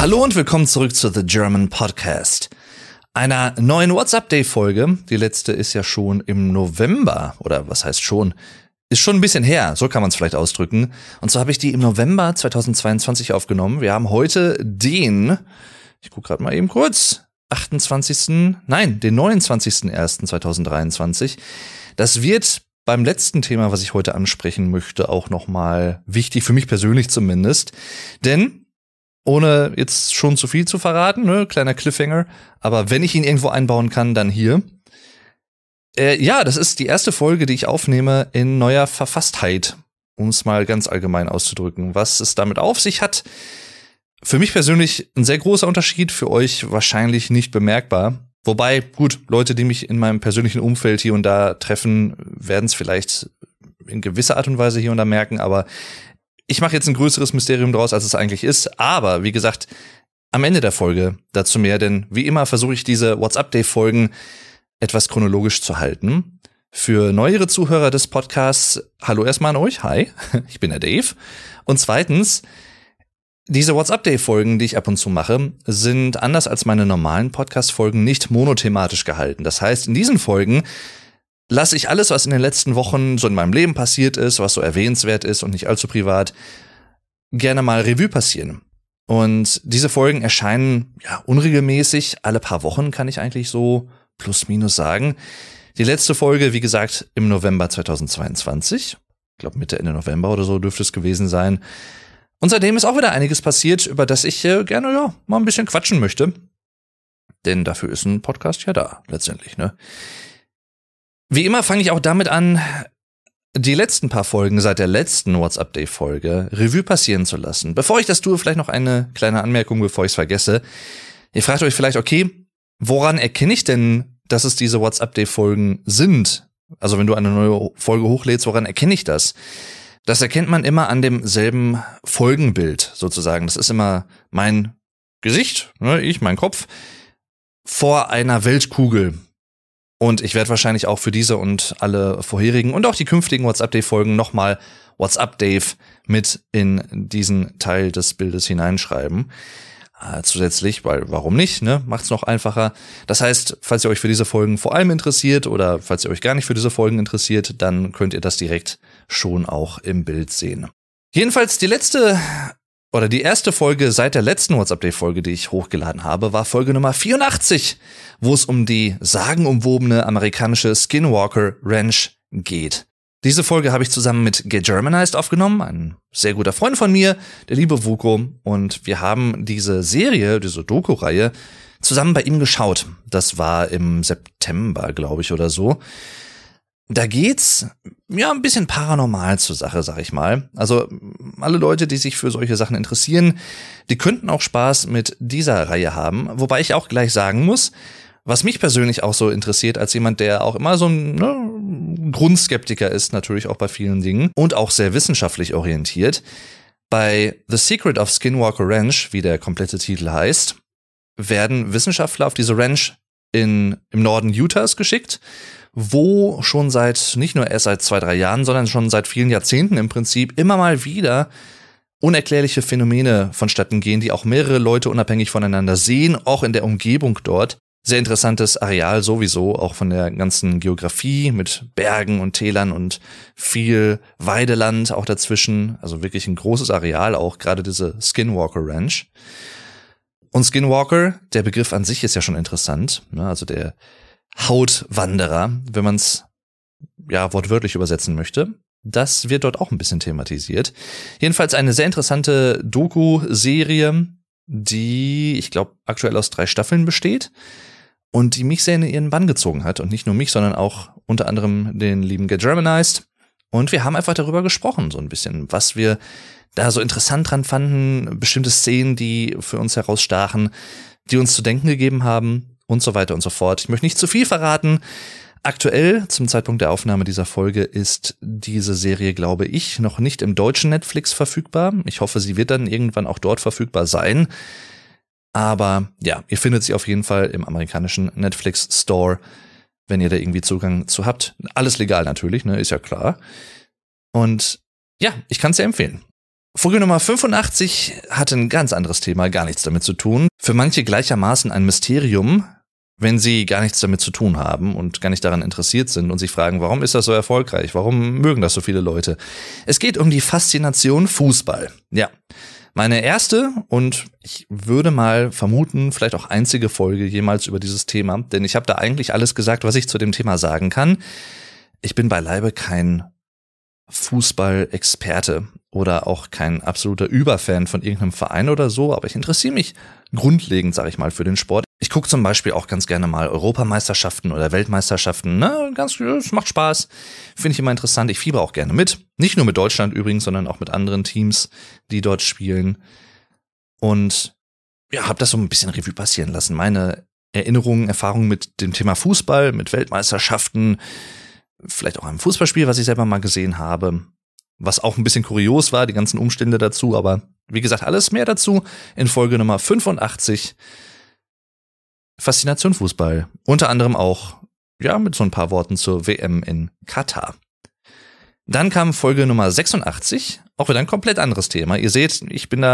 Hallo und willkommen zurück zu The German Podcast. Einer neuen WhatsApp-Day-Folge. Die letzte ist ja schon im November, oder was heißt schon? Ist schon ein bisschen her, so kann man es vielleicht ausdrücken. Und so habe ich die im November 2022 aufgenommen. Wir haben heute ich gucke gerade mal eben kurz, den 29.01.2023. Das wird beim letzten Thema, was ich heute ansprechen möchte, auch nochmal wichtig, für mich persönlich zumindest. Denn ohne jetzt schon zu viel zu verraten, kleiner Cliffhanger, aber wenn ich ihn irgendwo einbauen kann, dann hier. Das ist die erste Folge, die ich aufnehme in neuer Verfasstheit, um es mal ganz allgemein auszudrücken. Was es damit auf sich hat, für mich persönlich ein sehr großer Unterschied, für euch wahrscheinlich nicht bemerkbar. Wobei, gut, Leute, die mich in meinem persönlichen Umfeld hier und da treffen, werden es vielleicht in gewisser Art und Weise hier und da merken, aber ich mache jetzt ein größeres Mysterium draus, als es eigentlich ist. Aber, wie gesagt, am Ende der Folge dazu mehr, denn wie immer versuche ich diese WhatsApp-Day-Folgen etwas chronologisch zu halten. Für neuere Zuhörer des Podcasts, hallo erstmal an euch, hi, ich bin der Dave. Und zweitens, diese WhatsApp-Day-Folgen, die ich ab und zu mache, sind anders als meine normalen Podcast-Folgen nicht monothematisch gehalten. Das heißt, in diesen Folgen lasse ich alles, was in den letzten Wochen so in meinem Leben passiert ist, was so erwähnenswert ist und nicht allzu privat, gerne mal Revue passieren. Und diese Folgen erscheinen unregelmäßig, alle paar Wochen kann ich eigentlich so plus minus sagen. Die letzte Folge, wie gesagt, im November 2022. Ich glaube Mitte, Ende November oder so dürfte es gewesen sein. Und seitdem ist auch wieder einiges passiert, über das ich gerne mal ein bisschen quatschen möchte. Denn dafür ist ein Podcast ja da, letztendlich, Wie immer fange ich auch damit an, die letzten paar Folgen seit der letzten WhatsApp-Day-Folge Revue passieren zu lassen. Bevor ich das tue, vielleicht noch eine kleine Anmerkung, bevor ich es vergesse. Ihr fragt euch vielleicht, okay, woran erkenne ich denn, dass es diese WhatsApp-Day-Folgen sind? Also wenn du eine neue Folge hochlädst, woran erkenne ich das? Das erkennt man immer an demselben Folgenbild sozusagen. Das ist immer mein Gesicht, mein Kopf, vor einer Weltkugel. Und ich werde wahrscheinlich auch für diese und alle vorherigen und auch die künftigen WhatsApp-Day-Folgen nochmal WhatsApp-Dave mit in diesen Teil des Bildes hineinschreiben. Zusätzlich, weil warum nicht, macht's noch einfacher. Das heißt, falls ihr euch für diese Folgen vor allem interessiert oder falls ihr euch gar nicht für diese Folgen interessiert, dann könnt ihr das direkt schon auch im Bild sehen. Jedenfalls die erste Folge seit der letzten WhatsApp-Day-Folge, die ich hochgeladen habe, war Folge Nummer 84, wo es um die sagenumwobene amerikanische Skinwalker Ranch geht. Diese Folge habe ich zusammen mit Get Germanized aufgenommen, ein sehr guter Freund von mir, der liebe Vuko, und wir haben diese Doku-Reihe, zusammen bei ihm geschaut. Das war im September, glaube ich, oder so. Da geht's ein bisschen paranormal zur Sache, sag ich mal. Also alle Leute, die sich für solche Sachen interessieren, die könnten auch Spaß mit dieser Reihe haben. Wobei ich auch gleich sagen muss, was mich persönlich auch so interessiert, als jemand, der auch immer so ein Grundskeptiker ist, natürlich auch bei vielen Dingen und auch sehr wissenschaftlich orientiert. Bei The Secret of Skinwalker Ranch, wie der komplette Titel heißt, werden Wissenschaftler auf diese Ranch im Norden Utahs geschickt, wo schon nicht nur erst seit 2-3 Jahren, sondern schon seit vielen Jahrzehnten im Prinzip immer mal wieder unerklärliche Phänomene vonstatten gehen, die auch mehrere Leute unabhängig voneinander sehen, auch in der Umgebung dort. Sehr interessantes Areal sowieso, auch von der ganzen Geografie mit Bergen und Tälern und viel Weideland auch dazwischen. Also wirklich ein großes Areal, auch gerade diese Skinwalker Ranch. Und Skinwalker, der Begriff an sich ist ja schon interessant, also der Hautwanderer, wenn man es wortwörtlich übersetzen möchte. Das wird dort auch ein bisschen thematisiert. Jedenfalls eine sehr interessante Doku-Serie, die, ich glaube, aktuell aus 3 Staffeln besteht und die mich sehr in ihren Bann gezogen hat. Und nicht nur mich, sondern auch unter anderem den lieben Get Germanized. Und wir haben einfach darüber gesprochen, so ein bisschen, was wir da so interessant dran fanden, bestimmte Szenen, die für uns herausstachen, die uns zu denken gegeben haben und so weiter und so fort. Ich möchte nicht zu viel verraten. Aktuell, zum Zeitpunkt der Aufnahme dieser Folge, ist diese Serie, glaube ich, noch nicht im deutschen Netflix verfügbar. Ich hoffe, sie wird dann irgendwann auch dort verfügbar sein. Aber ja, ihr findet sie auf jeden Fall im amerikanischen Netflix Store, wenn ihr da irgendwie Zugang zu habt. Alles legal natürlich, ist ja klar. Und ja, ich kann es sehr empfehlen. Folge Nummer 85 hatte ein ganz anderes Thema, gar nichts damit zu tun. Für manche gleichermaßen ein Mysterium, wenn sie gar nichts damit zu tun haben und gar nicht daran interessiert sind und sich fragen, warum ist das so erfolgreich? Warum mögen das so viele Leute? Es geht um die Faszination Fußball. Ja, meine erste und ich würde mal vermuten, vielleicht auch einzige Folge jemals über dieses Thema, denn ich habe da eigentlich alles gesagt, was ich zu dem Thema sagen kann. Ich bin beileibe kein Fußball-Experte oder auch kein absoluter Überfan von irgendeinem Verein oder so, aber ich interessiere mich grundlegend, sage ich mal, für den Sport. Ich gucke zum Beispiel auch ganz gerne mal Europameisterschaften oder Weltmeisterschaften. Es macht Spaß, finde ich immer interessant. Ich fieber auch gerne mit. Nicht nur mit Deutschland übrigens, sondern auch mit anderen Teams, die dort spielen. Und ja, habe das so ein bisschen Revue passieren lassen. Meine Erinnerungen, Erfahrungen mit dem Thema Fußball, mit Weltmeisterschaften, vielleicht auch einem Fußballspiel, was ich selber mal gesehen habe, was auch ein bisschen kurios war, die ganzen Umstände dazu, aber wie gesagt, alles mehr dazu in Folge Nummer 85. Faszination Fußball. Unter anderem auch, ja, mit so ein paar Worten zur WM in Katar. Dann kam Folge Nummer 86, auch wieder ein komplett anderes Thema. Ihr seht, ich bin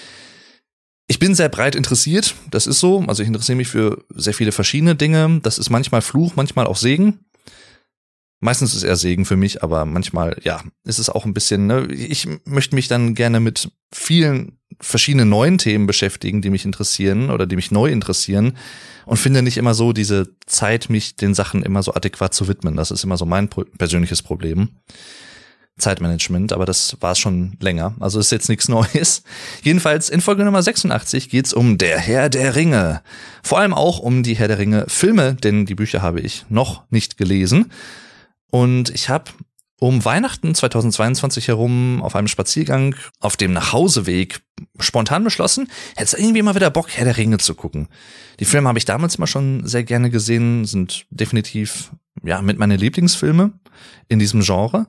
sehr breit interessiert, das ist so, also ich interessiere mich für sehr viele verschiedene Dinge, das ist manchmal Fluch, manchmal auch Segen. Meistens ist es eher Segen für mich, aber manchmal, ja, ist es auch ein bisschen, ne, ich möchte mich dann gerne mit vielen verschiedenen neuen Themen beschäftigen, die mich interessieren oder die mich neu interessieren und finde nicht immer so diese Zeit, mich den Sachen immer so adäquat zu widmen. Das ist immer so mein persönliches Problem. Zeitmanagement, aber das war es schon länger, also ist jetzt nichts Neues. Jedenfalls in Folge Nummer 86 geht's um Der Herr der Ringe. Vor allem auch um die Herr der Ringe Filme, denn die Bücher habe ich noch nicht gelesen. Und ich habe um Weihnachten 2022 herum auf einem Spaziergang auf dem Nachhauseweg spontan beschlossen, jetzt irgendwie mal wieder Bock, Herr der Ringe zu gucken. Die Filme habe ich damals immer schon sehr gerne gesehen, sind definitiv ja mit meine Lieblingsfilme in diesem Genre.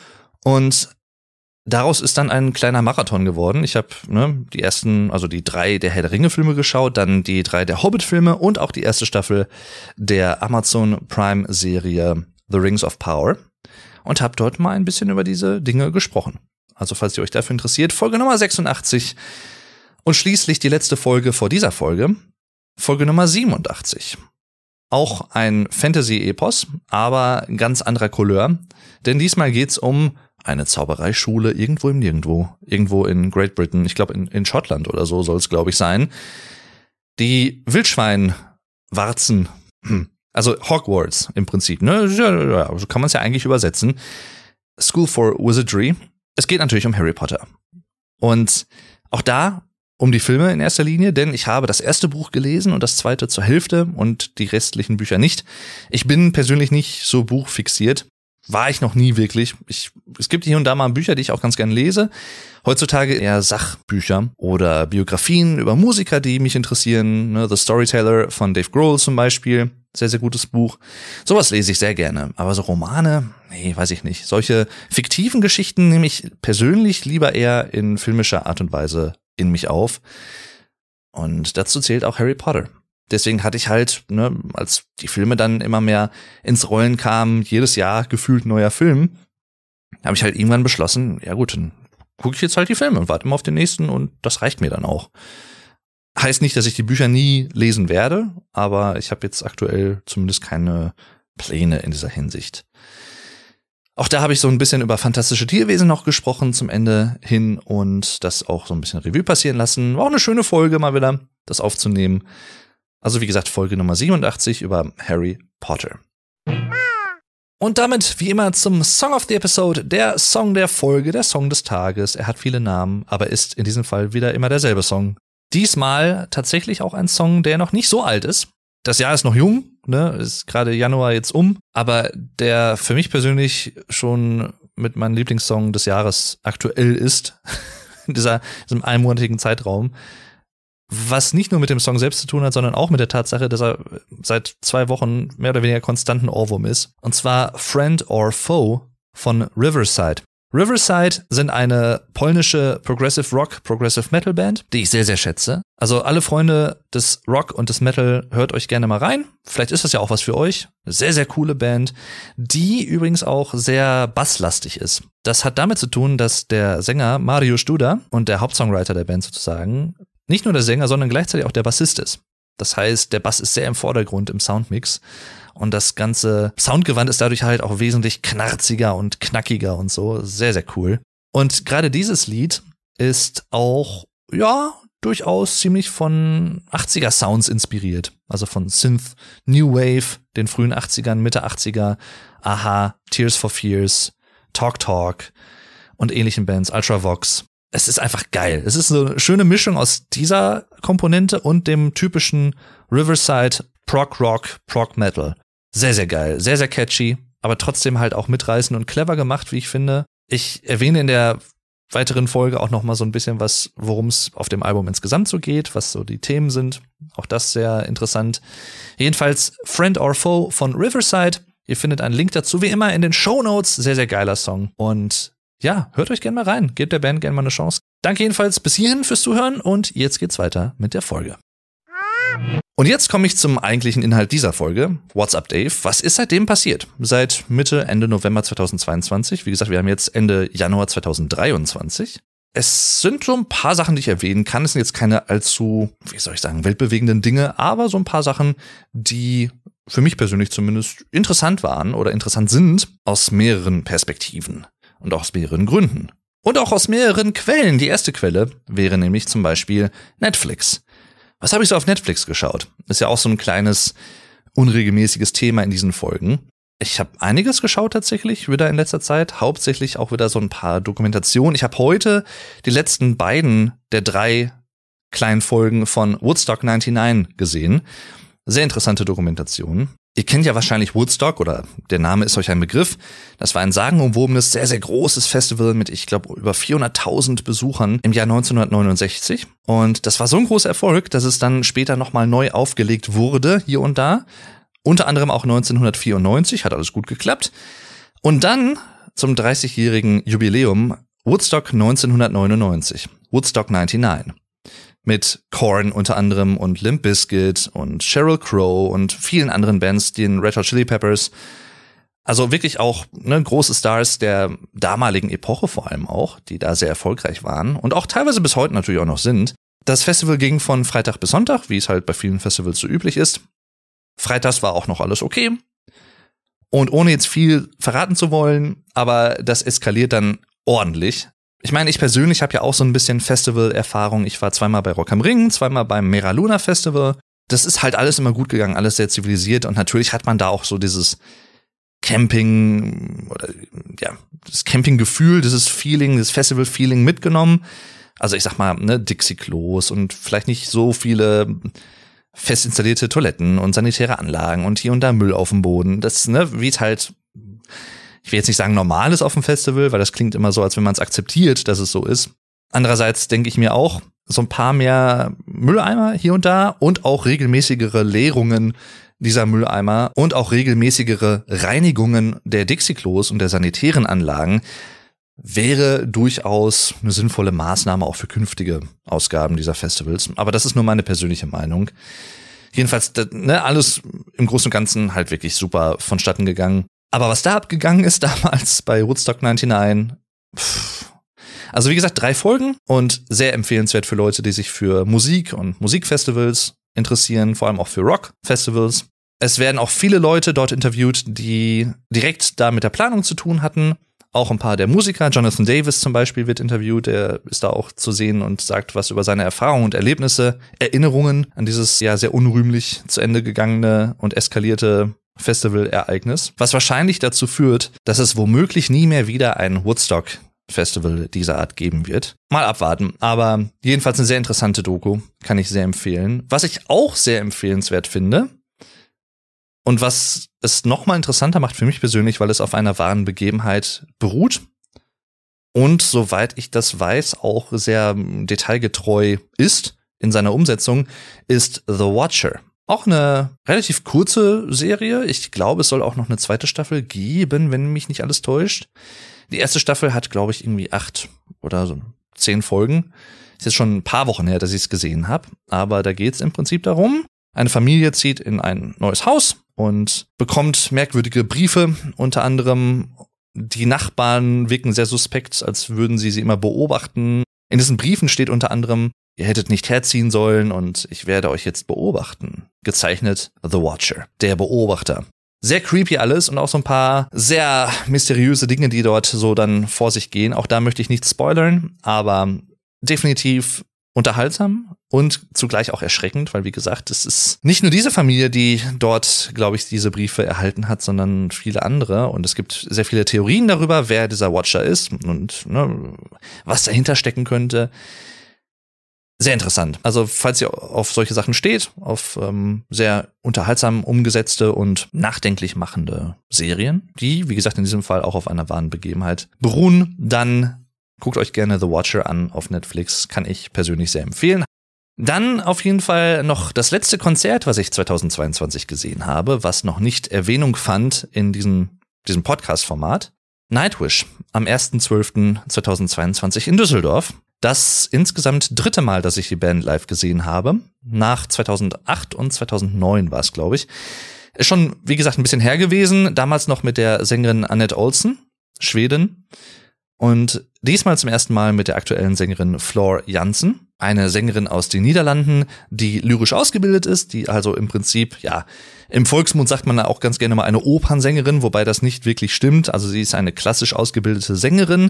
Und daraus ist dann ein kleiner Marathon geworden. Ich habe die ersten, also die 3 der Herr der Ringe-Filme geschaut, dann die 3 der Hobbit-Filme und auch die erste Staffel der Amazon Prime-Serie The Rings of Power und habe dort mal ein bisschen über diese Dinge gesprochen. Also falls ihr euch dafür interessiert, Folge Nummer 86 und schließlich die letzte Folge vor dieser Folge, Folge Nummer 87. Auch ein Fantasy-Epos, aber ganz anderer Couleur, denn diesmal geht's um eine Zaubereischule irgendwo im Nirgendwo, irgendwo in Great Britain, ich glaube in Schottland oder so soll es, glaube ich, sein. Die Wildschweinwarzen, also Hogwarts im Prinzip, ne? Ja, so kann man es ja eigentlich übersetzen. School for Wizardry. Es geht natürlich um Harry Potter. Und auch da um die Filme in erster Linie, denn ich habe das erste Buch gelesen und das zweite zur Hälfte und die restlichen Bücher nicht. Ich bin persönlich nicht so buchfixiert. War ich noch nie wirklich. Es gibt hier und da mal Bücher, die ich auch ganz gern lese. Heutzutage eher Sachbücher oder Biografien über Musiker, die mich interessieren. Ne? The Storyteller von Dave Grohl zum Beispiel. Sehr, sehr gutes Buch. Sowas lese ich sehr gerne. Aber so Romane, nee, weiß ich nicht. Solche fiktiven Geschichten nehme ich persönlich lieber eher in filmischer Art und Weise in mich auf. Und dazu zählt auch Harry Potter. Deswegen hatte ich halt, als die Filme dann immer mehr ins Rollen kamen, jedes Jahr gefühlt neuer Film, habe ich halt irgendwann beschlossen, ja gut, dann gucke ich jetzt halt die Filme und warte mal auf den nächsten und das reicht mir dann auch. Heißt nicht, dass ich die Bücher nie lesen werde, aber ich habe jetzt aktuell zumindest keine Pläne in dieser Hinsicht. Auch da habe ich so ein bisschen über fantastische Tierwesen noch gesprochen zum Ende hin und das auch so ein bisschen Revue passieren lassen. War auch eine schöne Folge mal wieder, das aufzunehmen. Also wie gesagt, Folge Nummer 87 über Harry Potter. Und damit, wie immer, zum Song of the Episode, der Song der Folge, der Song des Tages. Er hat viele Namen, aber ist in diesem Fall wieder immer derselbe Song. Diesmal tatsächlich auch ein Song, der noch nicht so alt ist. Das Jahr ist noch jung, ist gerade Januar jetzt um, aber der für mich persönlich schon mit meinem Lieblingssong des Jahres aktuell ist, in diesem einmonatigen Zeitraum. Was nicht nur mit dem Song selbst zu tun hat, sondern auch mit der Tatsache, dass er seit 2 Wochen mehr oder weniger konstanten Ohrwurm ist. Und zwar Friend or Foe von Riverside. Riverside sind eine polnische Progressive Rock, Progressive Metal Band, die ich sehr, sehr schätze. Also alle Freunde des Rock und des Metal, hört euch gerne mal rein. Vielleicht ist das ja auch was für euch. Eine sehr, sehr coole Band, die übrigens auch sehr basslastig ist. Das hat damit zu tun, dass der Sänger Mario Studa und der Hauptsongwriter der Band sozusagen nicht nur der Sänger, sondern gleichzeitig auch der Bassist ist. Das heißt, der Bass ist sehr im Vordergrund im Soundmix. Und das ganze Soundgewand ist dadurch halt auch wesentlich knarziger und knackiger und so. Sehr, sehr cool. Und gerade dieses Lied ist auch, ja, durchaus ziemlich von 80er Sounds inspiriert. Also von Synth, New Wave, den frühen 80ern, Mitte 80er, Aha, Tears for Fears, Talk Talk und ähnlichen Bands, Ultravox. Es ist einfach geil. Es ist so eine schöne Mischung aus dieser Komponente und dem typischen Riverside Prog Rock, Prog Metal. Sehr, sehr geil, sehr, sehr catchy, aber trotzdem halt auch mitreißend und clever gemacht, wie ich finde. Ich erwähne in der weiteren Folge auch noch mal so ein bisschen was, worum es auf dem Album insgesamt so geht, was so die Themen sind. Auch das sehr interessant. Jedenfalls Friend or Foe von Riverside. Ihr findet einen Link dazu, wie immer, in den Shownotes. Sehr, sehr geiler Song. Und ja, hört euch gerne mal rein. Gebt der Band gerne mal eine Chance. Danke jedenfalls bis hierhin fürs Zuhören und jetzt geht's weiter mit der Folge. Und jetzt komme ich zum eigentlichen Inhalt dieser Folge. What's up, Dave? Was ist seitdem passiert? Seit Ende November 2022. Wie gesagt, wir haben jetzt Ende Januar 2023. Es sind so ein paar Sachen, die ich erwähnen kann. Es sind jetzt keine allzu, wie soll ich sagen, weltbewegenden Dinge, aber so ein paar Sachen, die für mich persönlich zumindest interessant waren oder interessant sind, aus mehreren Perspektiven und auch aus mehreren Gründen. Und auch aus mehreren Quellen. Die erste Quelle wäre nämlich zum Beispiel Netflix. Was habe ich so auf Netflix geschaut? Ist ja auch so ein kleines, unregelmäßiges Thema in diesen Folgen. Ich habe einiges geschaut tatsächlich, wieder in letzter Zeit. Hauptsächlich auch wieder so ein paar Dokumentationen. Ich habe heute die letzten beiden der 3 kleinen Folgen von Woodstock 99 gesehen. Sehr interessante Dokumentation. Ihr kennt ja wahrscheinlich Woodstock, oder der Name ist euch ein Begriff. Das war ein sagenumwobenes, sehr, sehr großes Festival mit, ich glaube, über 400.000 Besuchern im Jahr 1969. Und das war so ein großer Erfolg, dass es dann später nochmal neu aufgelegt wurde, hier und da. Unter anderem auch 1994, hat alles gut geklappt. Und dann zum 30-jährigen Jubiläum Woodstock 1999, Woodstock 99. Mit Korn unter anderem und Limp Bizkit und Sheryl Crow und vielen anderen Bands, den Red Hot Chili Peppers. Also wirklich auch große Stars der damaligen Epoche vor allem auch, die da sehr erfolgreich waren und auch teilweise bis heute natürlich auch noch sind. Das Festival ging von Freitag bis Sonntag, wie es halt bei vielen Festivals so üblich ist. Freitags war auch noch alles okay. Und ohne jetzt viel verraten zu wollen, aber das eskaliert dann ordentlich. Ich meine, ich persönlich habe ja auch so ein bisschen Festival-Erfahrung. Ich war 2-mal bei Rock am Ring, 2-mal beim Mera Luna Festival. Das ist halt alles immer gut gegangen, alles sehr zivilisiert. Und natürlich hat man da auch so dieses Camping oder ja, das Campinggefühl, dieses Feeling, das Festival-Feeling mitgenommen. Also ich sag mal, Dixie-Klos und vielleicht nicht so viele fest installierte Toiletten und sanitäre Anlagen und hier und da Müll auf dem Boden. Das, wie es halt, ich will jetzt nicht sagen normal ist auf dem Festival, weil das klingt immer so, als wenn man es akzeptiert, dass es so ist. Andererseits denke ich mir auch, so ein paar mehr Mülleimer hier und da und auch regelmäßigere Leerungen dieser Mülleimer und auch regelmäßigere Reinigungen der Dixie-Klos und der sanitären Anlagen wäre durchaus eine sinnvolle Maßnahme auch für künftige Ausgaben dieser Festivals. Aber das ist nur meine persönliche Meinung. Jedenfalls, alles im Großen und Ganzen halt wirklich super vonstatten gegangen. Aber was da abgegangen ist damals bei Woodstock 99, also wie gesagt, 3 Folgen und sehr empfehlenswert für Leute, die sich für Musik und Musikfestivals interessieren, vor allem auch für Rockfestivals. Es werden auch viele Leute dort interviewt, die direkt da mit der Planung zu tun hatten. Auch ein paar der Musiker, Jonathan Davis zum Beispiel wird interviewt, der ist da auch zu sehen und sagt was über seine Erfahrungen und Erlebnisse, Erinnerungen an dieses ja sehr unrühmlich zu Ende gegangene und eskalierte Festival-Ereignis, was wahrscheinlich dazu führt, dass es womöglich nie mehr wieder ein Woodstock-Festival dieser Art geben wird. Mal abwarten, aber jedenfalls eine sehr interessante Doku, kann ich sehr empfehlen. Was ich auch sehr empfehlenswert finde und was es nochmal interessanter macht für mich persönlich, weil es auf einer wahren Begebenheit beruht und soweit ich das weiß, auch sehr detailgetreu ist in seiner Umsetzung, ist The Watcher. Auch eine relativ kurze Serie. Ich glaube, es soll auch noch eine 2. Staffel geben, wenn mich nicht alles täuscht. Die erste Staffel hat, glaube ich, irgendwie 8 oder so 10 Folgen. Ist jetzt schon ein paar Wochen her, dass ich es gesehen habe. Aber da geht es im Prinzip darum, eine Familie zieht in ein neues Haus und bekommt merkwürdige Briefe. Unter anderem, die Nachbarn wirken sehr suspekt, als würden sie immer beobachten. In diesen Briefen steht unter anderem, ihr hättet nicht herziehen sollen und ich werde euch jetzt beobachten. Gezeichnet The Watcher, der Beobachter. Sehr creepy alles und auch so ein paar sehr mysteriöse Dinge, die dort so dann vor sich gehen. Auch da möchte ich nicht spoilern, aber definitiv unterhaltsam und zugleich auch erschreckend, weil wie gesagt, es ist nicht nur diese Familie, die dort, glaube ich, diese Briefe erhalten hat, sondern viele andere und es gibt sehr viele Theorien darüber, wer dieser Watcher ist und was dahinter stecken könnte. Sehr interessant. Also falls ihr auf solche Sachen steht, auf sehr unterhaltsam umgesetzte und nachdenklich machende Serien, die, wie gesagt, in diesem Fall auch auf einer wahren Begebenheit beruhen, dann guckt euch gerne The Watcher an auf Netflix, kann ich persönlich sehr empfehlen. Dann auf jeden Fall noch das letzte Konzert, was ich 2022 gesehen habe, was noch nicht Erwähnung fand in diesem Podcast-Format. Nightwish am 1.12.2022 in Düsseldorf. Das insgesamt 3. Mal, dass ich die Band live gesehen habe. Nach 2008 und 2009 war es, glaube ich. Ist schon, wie gesagt, ein bisschen her gewesen. Damals noch mit der Sängerin Annette Olsen, Schwedin. Und diesmal zum ersten Mal mit der aktuellen Sängerin Floor Jansen, eine Sängerin aus den Niederlanden, die lyrisch ausgebildet ist, die also im Prinzip, ja, im Volksmund sagt man auch ganz gerne mal eine Opernsängerin, wobei das nicht wirklich stimmt. Also sie ist eine klassisch ausgebildete Sängerin.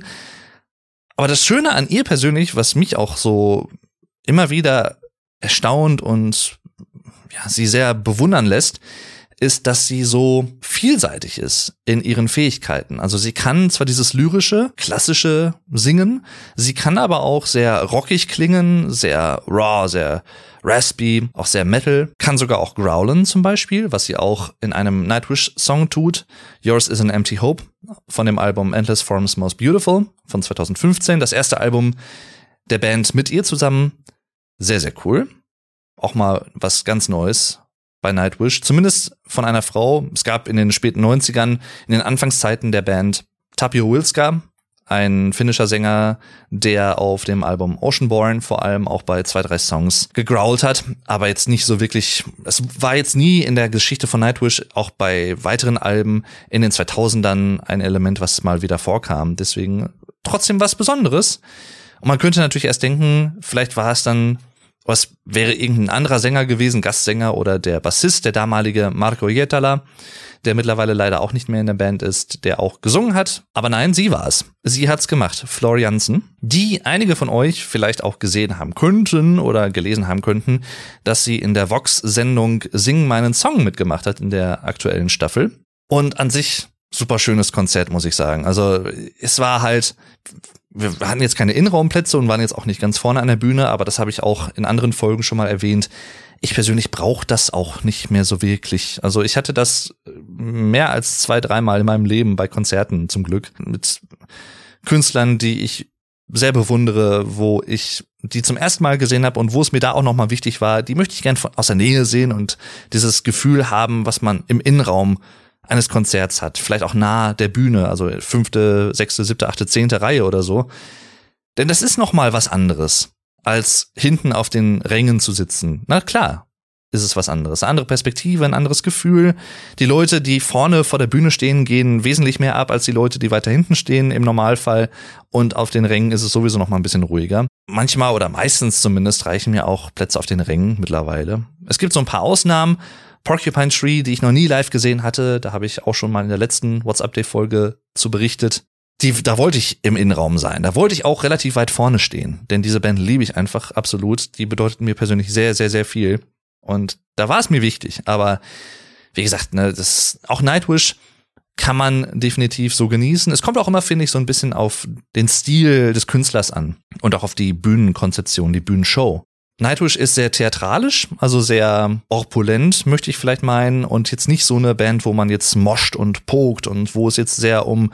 Aber das Schöne an ihr persönlich, was mich auch so immer wieder erstaunt und ja, sie sehr bewundern lässt, ist, dass sie so vielseitig ist in ihren Fähigkeiten. Also sie kann zwar dieses lyrische, klassische singen, sie kann aber auch sehr rockig klingen, sehr raw, sehr raspy, auch sehr metal, kann sogar auch growlen zum Beispiel, was sie auch in einem Nightwish-Song tut. Yours is an Empty Hope von dem Album Endless Forms Most Beautiful von 2015. Das erste Album der Band mit ihr zusammen. Sehr, sehr cool. Auch mal was ganz Neues bei Nightwish, zumindest von einer Frau. Es gab in den späten 90ern, in den Anfangszeiten der Band, Tapio Wilska, ein finnischer Sänger, der auf dem Album Oceanborn vor allem auch bei 2, 3 Songs gegrowlt hat, aber jetzt nicht so wirklich, es war jetzt nie in der Geschichte von Nightwish, auch bei weiteren Alben in den 2000ern ein Element, was mal wieder vorkam. Deswegen trotzdem was Besonderes. Und man könnte natürlich erst denken, vielleicht war es dann, was wäre irgendein anderer Sänger gewesen, Gastsänger oder der Bassist, der damalige Marco Hietala, der mittlerweile leider auch nicht mehr in der Band ist, der auch gesungen hat. Aber nein, sie war es. Sie hat's gemacht, Floor Jansen, die einige von euch vielleicht auch gesehen haben könnten oder gelesen haben könnten, dass sie in der Vox-Sendung Sing meinen Song mitgemacht hat in der aktuellen Staffel. Und an sich super schönes Konzert, muss ich sagen. Also es war halt, wir hatten jetzt keine Innenraumplätze und waren jetzt auch nicht ganz vorne an der Bühne, aber das habe ich auch in anderen Folgen schon mal erwähnt. Ich persönlich brauche das auch nicht mehr so wirklich. Also ich hatte das mehr als 2, 3 Mal in meinem Leben bei Konzerten zum Glück mit Künstlern, die ich sehr bewundere, wo ich die zum ersten Mal gesehen habe und wo es mir da auch nochmal wichtig war, die möchte ich gern aus der Nähe sehen und dieses Gefühl haben, was man im Innenraum eines Konzerts hat. Vielleicht auch nah der Bühne, also 5., 6., 7., 8., 10. Reihe oder so. Denn das ist nochmal was anderes, als hinten auf den Rängen zu sitzen. Na klar, ist es was anderes. Eine andere Perspektive, ein anderes Gefühl. Die Leute, die vorne vor der Bühne stehen, gehen wesentlich mehr ab als die Leute, die weiter hinten stehen im Normalfall. Und auf den Rängen ist es sowieso noch mal ein bisschen ruhiger. Manchmal oder meistens zumindest reichen mir auch Plätze auf den Rängen mittlerweile. Es gibt so ein paar Ausnahmen. Porcupine Tree, die ich noch nie live gesehen hatte, da habe ich auch schon mal in der letzten What's-Update-Folge zu berichtet. Da wollte ich im Innenraum sein. Da wollte ich auch relativ weit vorne stehen. Denn diese Band liebe ich einfach absolut. Die bedeutet mir persönlich sehr, sehr, sehr viel. Und da war es mir wichtig. Aber wie gesagt, auch Nightwish kann man definitiv so genießen. Es kommt auch immer, finde ich, so ein bisschen auf den Stil des Künstlers an. Und auch auf die Bühnenkonzeption, die Bühnenshow. Nightwish ist sehr theatralisch, also sehr opulent, möchte ich vielleicht meinen. Und jetzt nicht so eine Band, wo man jetzt moscht und pokt und wo es jetzt sehr um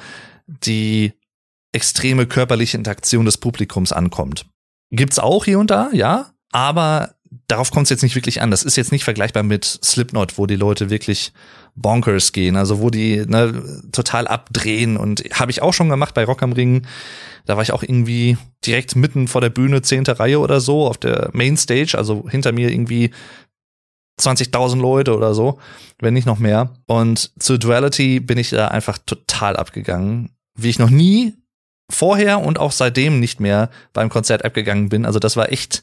die extreme körperliche Interaktion des Publikums ankommt. Gibt's auch hier und da, ja, aber darauf kommt es jetzt nicht wirklich an. Das ist jetzt nicht vergleichbar mit Slipknot, wo die Leute wirklich bonkers gehen, also wo die total abdrehen, und habe ich auch schon gemacht bei Rock am Ring. Da war ich auch irgendwie direkt mitten vor der Bühne, 10. Reihe oder so, auf der Mainstage, also hinter mir irgendwie 20.000 Leute oder so, wenn nicht noch mehr. Und zu Duality bin ich da einfach total abgegangen, wie ich noch nie vorher und auch seitdem nicht mehr beim Konzert abgegangen bin. Also das war echt,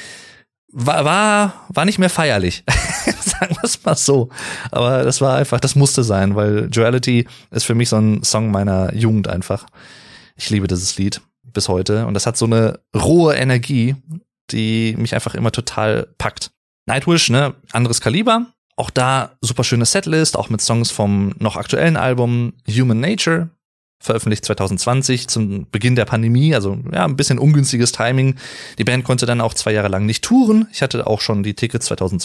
war nicht mehr feierlich, sagen wir es mal so. Aber das war einfach, das musste sein, weil Duality ist für mich so ein Song meiner Jugend einfach. Ich liebe dieses Lied bis heute, und das hat so eine rohe Energie, die mich einfach immer total packt. Nightwish, anderes Kaliber. Auch da super schöne Setlist, auch mit Songs vom noch aktuellen Album Human Nature, veröffentlicht 2020 zum Beginn der Pandemie, also ja, ein bisschen ungünstiges Timing. Die Band konnte dann auch 2 Jahre lang nicht touren. Ich hatte auch schon die Tickets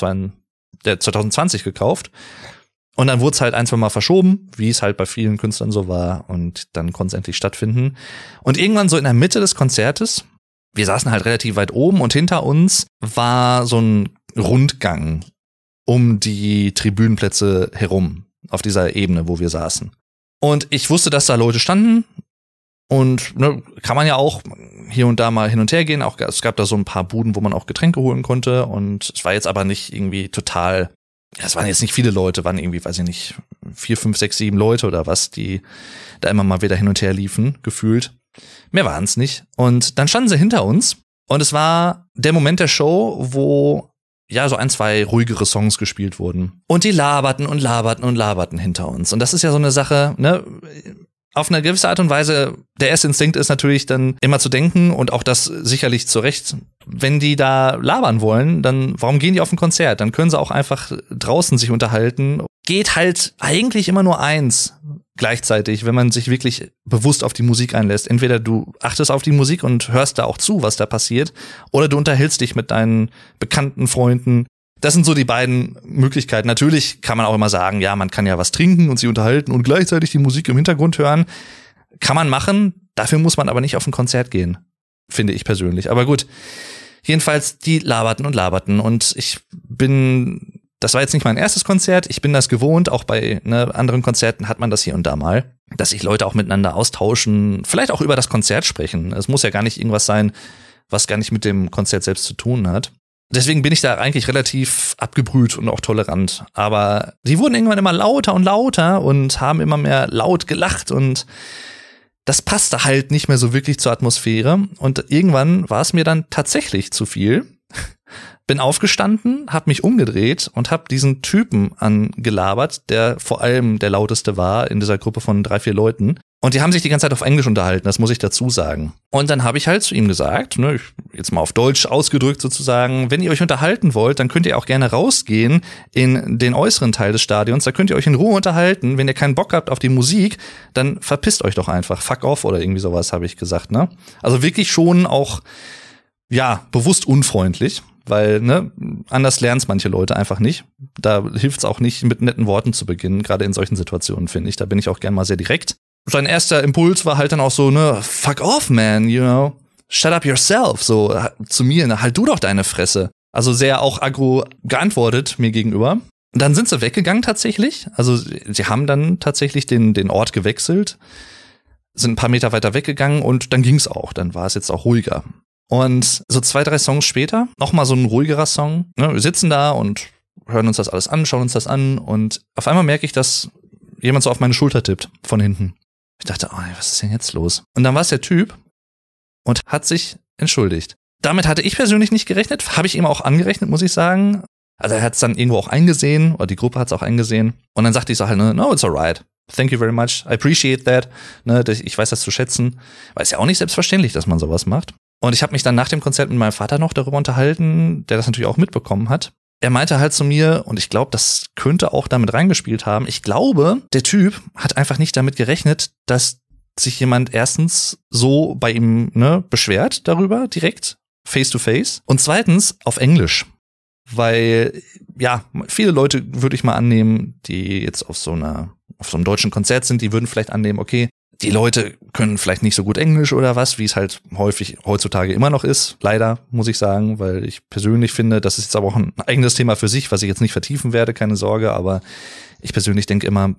2020 gekauft. Und dann wurde es halt 1-2 Mal verschoben, wie es halt bei vielen Künstlern so war, und dann konnte es endlich stattfinden. Und irgendwann so in der Mitte des Konzertes, wir saßen halt relativ weit oben, und hinter uns war so ein Rundgang um die Tribünenplätze herum, auf dieser Ebene, wo wir saßen. Und ich wusste, dass da Leute standen, und kann man ja auch hier und da mal hin und her gehen. Auch es gab da so ein paar Buden, wo man auch Getränke holen konnte, und es war jetzt aber nicht irgendwie total, es waren jetzt nicht viele Leute, waren irgendwie, weiß ich nicht, 4, 5, 6, 7 Leute oder was, die da immer mal wieder hin und her liefen, gefühlt. Mehr waren es nicht. Und dann standen sie hinter uns, und es war der Moment der Show, wo ja so 1, 2 ruhigere Songs gespielt wurden. Und die laberten und laberten und laberten hinter uns. Und das ist ja so eine Sache, auf eine gewisse Art und Weise, der erste Instinkt ist natürlich dann immer zu denken, und auch das sicherlich zu Recht, wenn die da labern wollen, dann warum gehen die auf ein Konzert? Dann können sie auch einfach draußen sich unterhalten. Geht halt eigentlich immer nur eins gleichzeitig, wenn man sich wirklich bewusst auf die Musik einlässt. Entweder du achtest auf die Musik und hörst da auch zu, was da passiert, oder du unterhältst dich mit deinen bekannten Freunden. Das sind so die beiden Möglichkeiten. Natürlich kann man auch immer sagen, ja, man kann ja was trinken und sich unterhalten und gleichzeitig die Musik im Hintergrund hören. Kann man machen, dafür muss man aber nicht auf ein Konzert gehen, finde ich persönlich. Aber gut, jedenfalls, die laberten und laberten, und das war jetzt nicht mein erstes Konzert, ich bin das gewohnt, auch bei anderen Konzerten hat man das hier und da mal, dass sich Leute auch miteinander austauschen, vielleicht auch über das Konzert sprechen. Es muss ja gar nicht irgendwas sein, was gar nicht mit dem Konzert selbst zu tun hat. Deswegen bin ich da eigentlich relativ abgebrüht und auch tolerant. Aber die wurden irgendwann immer lauter und lauter und haben immer mehr laut gelacht, und das passte halt nicht mehr so wirklich zur Atmosphäre. Und irgendwann war es mir dann tatsächlich zu viel. Bin aufgestanden, hab mich umgedreht und hab diesen Typen angelabert, der vor allem der lauteste war in dieser Gruppe von 3, 4 Leuten. Und die haben sich die ganze Zeit auf Englisch unterhalten, das muss ich dazu sagen. Und dann habe ich halt zu ihm gesagt, jetzt mal auf Deutsch ausgedrückt sozusagen, wenn ihr euch unterhalten wollt, dann könnt ihr auch gerne rausgehen in den äußeren Teil des Stadions, da könnt ihr euch in Ruhe unterhalten. Wenn ihr keinen Bock habt auf die Musik, dann verpisst euch doch einfach, fuck off oder irgendwie sowas, habe ich gesagt, Also wirklich schon auch, ja, bewusst unfreundlich. Weil, anders lernen manche Leute einfach nicht. Da hilft's auch nicht, mit netten Worten zu beginnen, gerade in solchen Situationen, finde ich. Da bin ich auch gern mal sehr direkt. Sein erster Impuls war halt dann auch so, fuck off, man, shut up yourself, so zu mir, halt du doch deine Fresse. Also sehr auch aggro geantwortet mir gegenüber. Und dann sind sie weggegangen tatsächlich. Also sie haben dann tatsächlich den Ort gewechselt, sind ein paar Meter weiter weggegangen, und dann ging's auch. Dann war es jetzt auch ruhiger. Und so 2, 3 Songs später, nochmal so ein ruhigerer Song. Wir sitzen da und hören uns das alles an, schauen uns das an, und auf einmal merke ich, dass jemand so auf meine Schulter tippt von hinten. Ich dachte, was ist denn jetzt los? Und dann war es der Typ und hat sich entschuldigt. Damit hatte ich persönlich nicht gerechnet, habe ich ihm auch angerechnet, muss ich sagen. Also er hat es dann irgendwo auch eingesehen, oder die Gruppe hat es auch eingesehen. Und dann sagte ich so halt, no, it's alright. Thank you very much. I appreciate that. Ich weiß das zu schätzen. Weil es ja auch nicht selbstverständlich, dass man sowas macht. Und ich habe mich dann nach dem Konzert mit meinem Vater noch darüber unterhalten, der das natürlich auch mitbekommen hat. Er meinte halt zu mir, und ich glaube, das könnte auch damit reingespielt haben, ich glaube, der Typ hat einfach nicht damit gerechnet, dass sich jemand erstens so bei ihm beschwert darüber, direkt, face to face, und zweitens auf Englisch. Weil, ja, viele Leute würde ich mal annehmen, die jetzt auf so einem deutschen Konzert sind, die würden vielleicht annehmen, okay, die Leute können vielleicht nicht so gut Englisch oder was, wie es halt häufig heutzutage immer noch ist. Leider, muss ich sagen, weil ich persönlich finde, das ist jetzt aber auch ein eigenes Thema für sich, was ich jetzt nicht vertiefen werde, keine Sorge. Aber ich persönlich denke immer,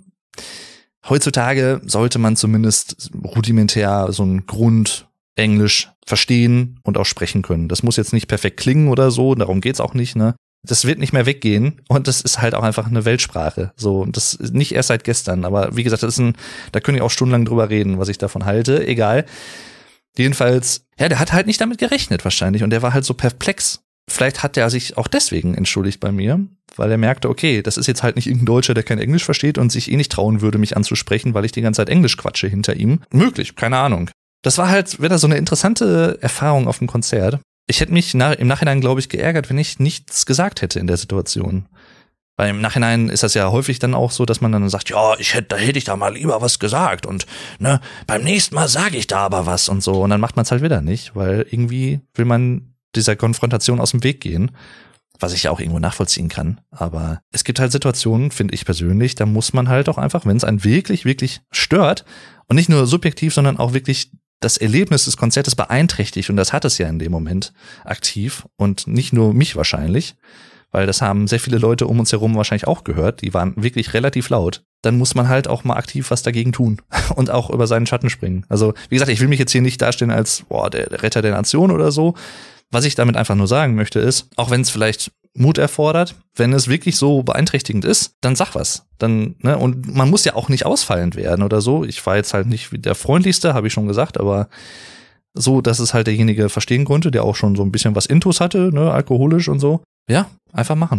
heutzutage sollte man zumindest rudimentär so ein Grundenglisch verstehen und auch sprechen können. Das muss jetzt nicht perfekt klingen oder so, darum geht's auch nicht, ne? Das wird nicht mehr weggehen und das ist halt auch einfach eine Weltsprache. So, und das nicht erst seit gestern, aber wie gesagt, da können ich auch stundenlang drüber reden, was ich davon halte, egal. Jedenfalls, ja, der hat halt nicht damit gerechnet wahrscheinlich und der war halt so perplex. Vielleicht hat er sich auch deswegen entschuldigt bei mir, weil er merkte, okay, das ist jetzt halt nicht irgendein Deutscher, der kein Englisch versteht und sich nicht trauen würde, mich anzusprechen, weil ich die ganze Zeit Englisch quatsche hinter ihm. Möglich, keine Ahnung. Das war halt wieder so eine interessante Erfahrung auf dem Konzert. Ich hätte mich im Nachhinein, glaube ich, geärgert, wenn ich nichts gesagt hätte in der Situation. Weil im Nachhinein ist das ja häufig dann auch so, dass man dann sagt, ja, da hätte ich da mal lieber was gesagt und ne, beim nächsten Mal sage ich da aber was und so. Und dann macht man es halt wieder nicht, weil irgendwie will man dieser Konfrontation aus dem Weg gehen, was ich ja auch irgendwo nachvollziehen kann. Aber es gibt halt Situationen, finde ich persönlich, da muss man halt auch einfach, wenn es einen wirklich, wirklich stört und nicht nur subjektiv, sondern auch wirklich das Erlebnis des Konzertes beeinträchtigt, und das hat es ja in dem Moment aktiv und nicht nur mich wahrscheinlich, weil das haben sehr viele Leute um uns herum wahrscheinlich auch gehört, die waren wirklich relativ laut, dann muss man halt auch mal aktiv was dagegen tun und auch über seinen Schatten springen. Also wie gesagt, ich will mich jetzt hier nicht darstellen als der Retter der Nation oder so. Was ich damit einfach nur sagen möchte ist, auch wenn es vielleicht Mut erfordert, wenn es wirklich so beeinträchtigend ist, dann sag was. Dann, ne, und man muss ja auch nicht ausfallend werden oder so. Ich war jetzt halt nicht der freundlichste, habe ich schon gesagt, aber so, dass es halt derjenige verstehen konnte, der auch schon so ein bisschen was Intus hatte, ne, alkoholisch und so. Ja, einfach machen.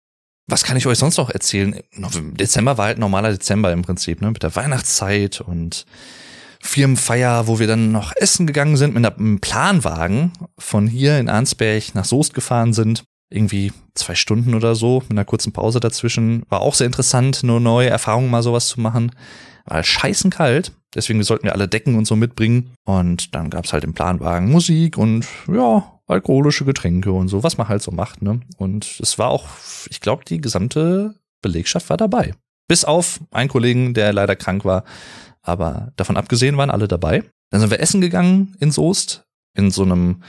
Was kann ich euch sonst noch erzählen? Dezember war halt normaler Dezember im Prinzip, ne, mit der Weihnachtszeit und Firmenfeier, wo wir dann noch essen gegangen sind, mit einem Planwagen von hier in Arnsberg nach Soest gefahren sind. Irgendwie 2 Stunden oder so, mit einer kurzen Pause dazwischen. War auch sehr interessant, nur neue Erfahrungen mal sowas zu machen. War scheißen kalt, deswegen sollten wir alle Decken und so mitbringen. Und dann gab's halt im Planwagen Musik und ja, alkoholische Getränke und so, was man halt so macht, ne? Und es war auch, ich glaube, die gesamte Belegschaft war dabei. Bis auf einen Kollegen, der leider krank war. Aber davon abgesehen waren alle dabei. Dann sind wir essen gegangen in Soest, in so einem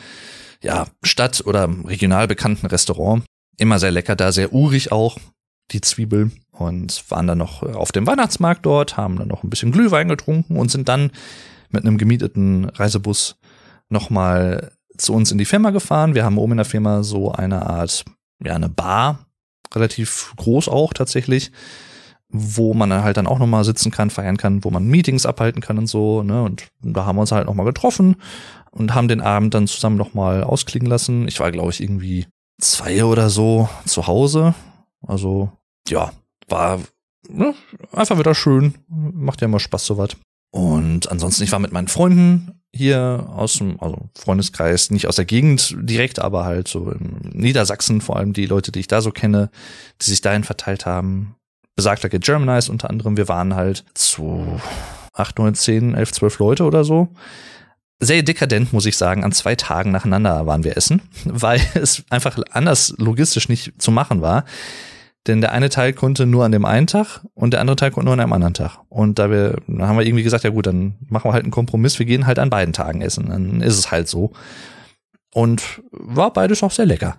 Stadt- oder regional bekannten Restaurant. Immer sehr lecker da, sehr urig auch, die Zwiebel. Und waren dann noch auf dem Weihnachtsmarkt dort, haben dann noch ein bisschen Glühwein getrunken und sind dann mit einem gemieteten Reisebus nochmal zu uns in die Firma gefahren. Wir haben oben in der Firma so eine Art, eine Bar, relativ groß auch tatsächlich, wo man dann halt dann auch nochmal sitzen kann, feiern kann, wo man Meetings abhalten kann und so, ne, und da haben wir uns halt nochmal getroffen und haben den Abend dann zusammen nochmal ausklingen lassen. Ich war, glaube ich, irgendwie 2 oder so zu Hause, also, ja, war einfach wieder schön, macht ja immer Spaß sowas. Und ansonsten, ich war mit meinen Freunden hier aus dem Freundeskreis, nicht aus der Gegend direkt, aber halt so in Niedersachsen, vor allem die Leute, die ich da so kenne, die sich dahin verteilt haben. Besagter Get Germanized unter anderem. Wir waren halt zu 8, 9, 10, 11, 12 Leute oder so. Sehr dekadent, muss ich sagen. An 2 Tagen nacheinander waren wir essen, weil es einfach anders logistisch nicht zu machen war. Denn der eine Teil konnte nur an dem einen Tag und der andere Teil konnte nur an einem anderen Tag. Und dann haben wir irgendwie gesagt, ja gut, dann machen wir halt einen Kompromiss. Wir gehen halt an beiden Tagen essen. Dann ist es halt so. Und war beides auch sehr lecker.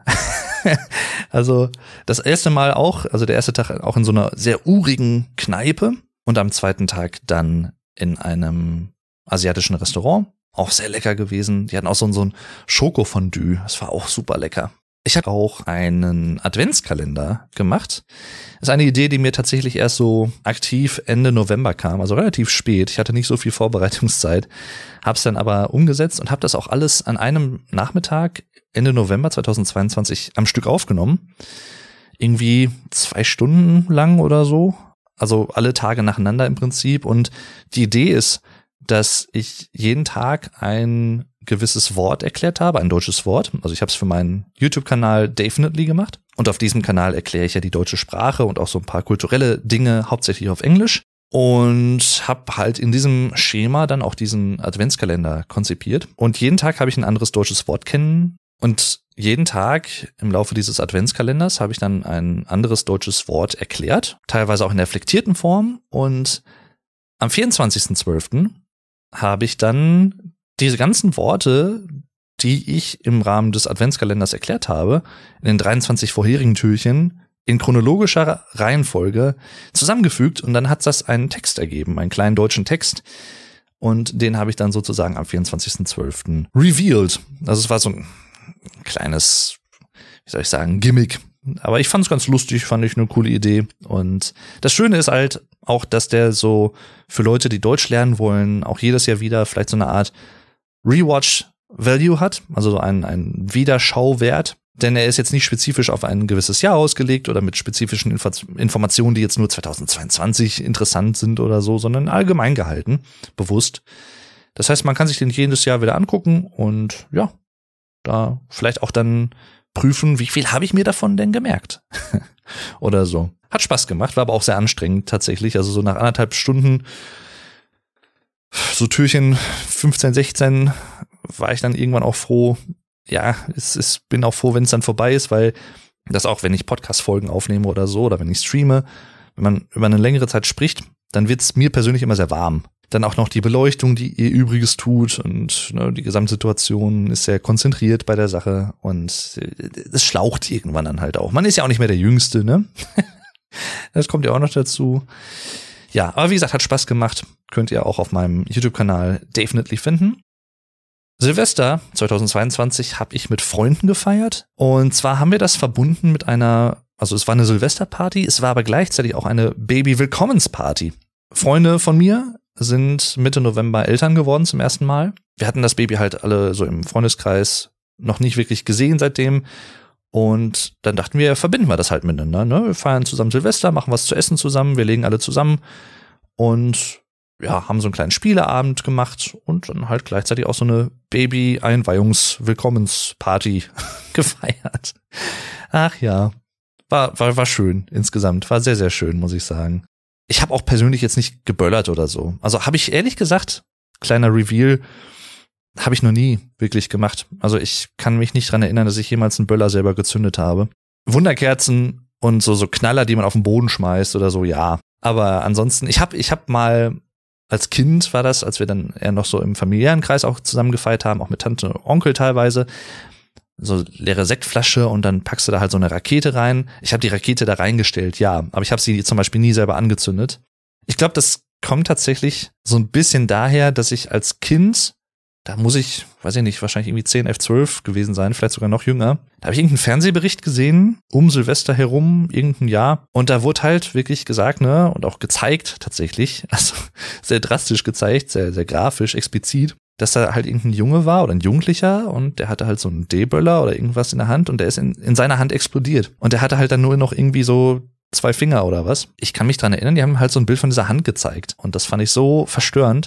Also das erste Mal auch, also der erste Tag auch in so einer sehr urigen Kneipe und am zweiten Tag dann in einem asiatischen Restaurant. Auch sehr lecker gewesen. Die hatten auch so ein Schokofondue. Das war auch super lecker. Ich habe auch einen Adventskalender gemacht. Das ist eine Idee, die mir tatsächlich erst so aktiv Ende November kam, also relativ spät. Ich hatte nicht so viel Vorbereitungszeit, habe es dann aber umgesetzt und habe das auch alles an einem Nachmittag Ende November 2022 am Stück aufgenommen. Irgendwie 2 Stunden lang oder so. Also alle Tage nacheinander im Prinzip. Und die Idee ist, dass ich jeden Tag ein gewisses Wort erklärt habe, ein deutsches Wort. Also ich habe es für meinen YouTube-Kanal Definitely gemacht. Und auf diesem Kanal erkläre ich ja die deutsche Sprache und auch so ein paar kulturelle Dinge, hauptsächlich auf Englisch. Und habe halt in diesem Schema dann auch diesen Adventskalender konzipiert. Und jeden Tag habe ich ein anderes deutsches Wort kennen. Und jeden Tag im Laufe dieses Adventskalenders habe ich dann ein anderes deutsches Wort erklärt. Teilweise auch in der reflektierten Form. Und am 24.12., habe ich dann diese ganzen Worte, die ich im Rahmen des Adventskalenders erklärt habe, in den 23 vorherigen Türchen in chronologischer Reihenfolge zusammengefügt und dann hat das einen Text ergeben, einen kleinen deutschen Text. Und den habe ich dann sozusagen am 24.12. revealed. Also es war so ein kleines, wie soll ich sagen, Gimmick. Aber ich fand es ganz lustig, fand ich eine coole Idee. Und das Schöne ist halt auch, dass der so für Leute, die Deutsch lernen wollen, auch jedes Jahr wieder vielleicht so eine Art Rewatch-Value hat. Also so ein Wiederschauwert. Denn er ist jetzt nicht spezifisch auf ein gewisses Jahr ausgelegt oder mit spezifischen Informationen, die jetzt nur 2022 interessant sind oder so, sondern allgemein gehalten, bewusst. Das heißt, man kann sich den jedes Jahr wieder angucken und ja, da vielleicht auch dann prüfen, wie viel habe ich mir davon denn gemerkt oder so. Hat Spaß gemacht, war aber auch sehr anstrengend tatsächlich. Also so nach 1,5 Stunden, so Türchen 15, 16, war ich dann irgendwann auch froh. Ja, bin auch froh, wenn es dann vorbei ist, weil das auch, wenn ich Podcast-Folgen aufnehme oder so, oder wenn ich streame, wenn man über eine längere Zeit spricht, dann wird es mir persönlich immer sehr warm. Dann auch noch die Beleuchtung, die ihr Übriges tut und ne, die Gesamtsituation ist sehr konzentriert bei der Sache und es schlaucht irgendwann dann halt auch. Man ist ja auch nicht mehr der Jüngste, ne? Das kommt ja auch noch dazu. Ja, aber wie gesagt, hat Spaß gemacht. Könnt ihr auch auf meinem YouTube-Kanal definitely finden. Silvester 2022 habe ich mit Freunden gefeiert und zwar haben wir das verbunden mit also es war eine Silvesterparty, es war aber gleichzeitig auch eine Baby-Willkommensparty. Freunde von mir sind Mitte November Eltern geworden zum ersten Mal. Wir hatten das Baby halt alle so im Freundeskreis noch nicht wirklich gesehen seitdem und dann dachten wir, verbinden wir das halt miteinander. Ne? Wir feiern zusammen Silvester, machen was zu essen zusammen, wir legen alle zusammen und ja, haben so einen kleinen Spieleabend gemacht und dann halt gleichzeitig auch so eine Baby-Einweihungs-Willkommensparty gefeiert. Ach ja, war schön insgesamt, war sehr, sehr schön, muss ich sagen. Ich habe auch persönlich jetzt nicht geböllert oder so. Also habe ich ehrlich gesagt, kleiner Reveal, habe ich noch nie wirklich gemacht. Also ich kann mich nicht dran erinnern, dass ich jemals einen Böller selber gezündet habe. Wunderkerzen und so Knaller, die man auf den Boden schmeißt oder so, ja. Aber ansonsten, ich hab mal als Kind war das, als wir dann eher noch so im familiären Kreis auch zusammen gefeiert haben, auch mit Tante und Onkel teilweise, so leere Sektflasche und dann packst du da halt so eine Rakete rein. Ich habe die Rakete da reingestellt, ja, aber ich habe sie zum Beispiel nie selber angezündet. Ich glaube, das kommt tatsächlich so ein bisschen daher, dass ich als Kind, da muss ich, weiß ich nicht, wahrscheinlich irgendwie 10, 11, 12 gewesen sein, vielleicht sogar noch jünger. Da habe ich irgendeinen Fernsehbericht gesehen, um Silvester herum, irgendein Jahr. Und da wurde halt wirklich gesagt, ne, und auch gezeigt tatsächlich, also sehr drastisch gezeigt, sehr, sehr grafisch, explizit, dass da halt irgendein Junge war oder ein Jugendlicher und der hatte halt so einen D-Böller oder irgendwas in der Hand und der ist in seiner Hand explodiert. Und der hatte halt dann nur noch irgendwie so 2 Finger oder was. Ich kann mich dran erinnern, die haben halt so ein Bild von dieser Hand gezeigt. Und das fand ich so verstörend.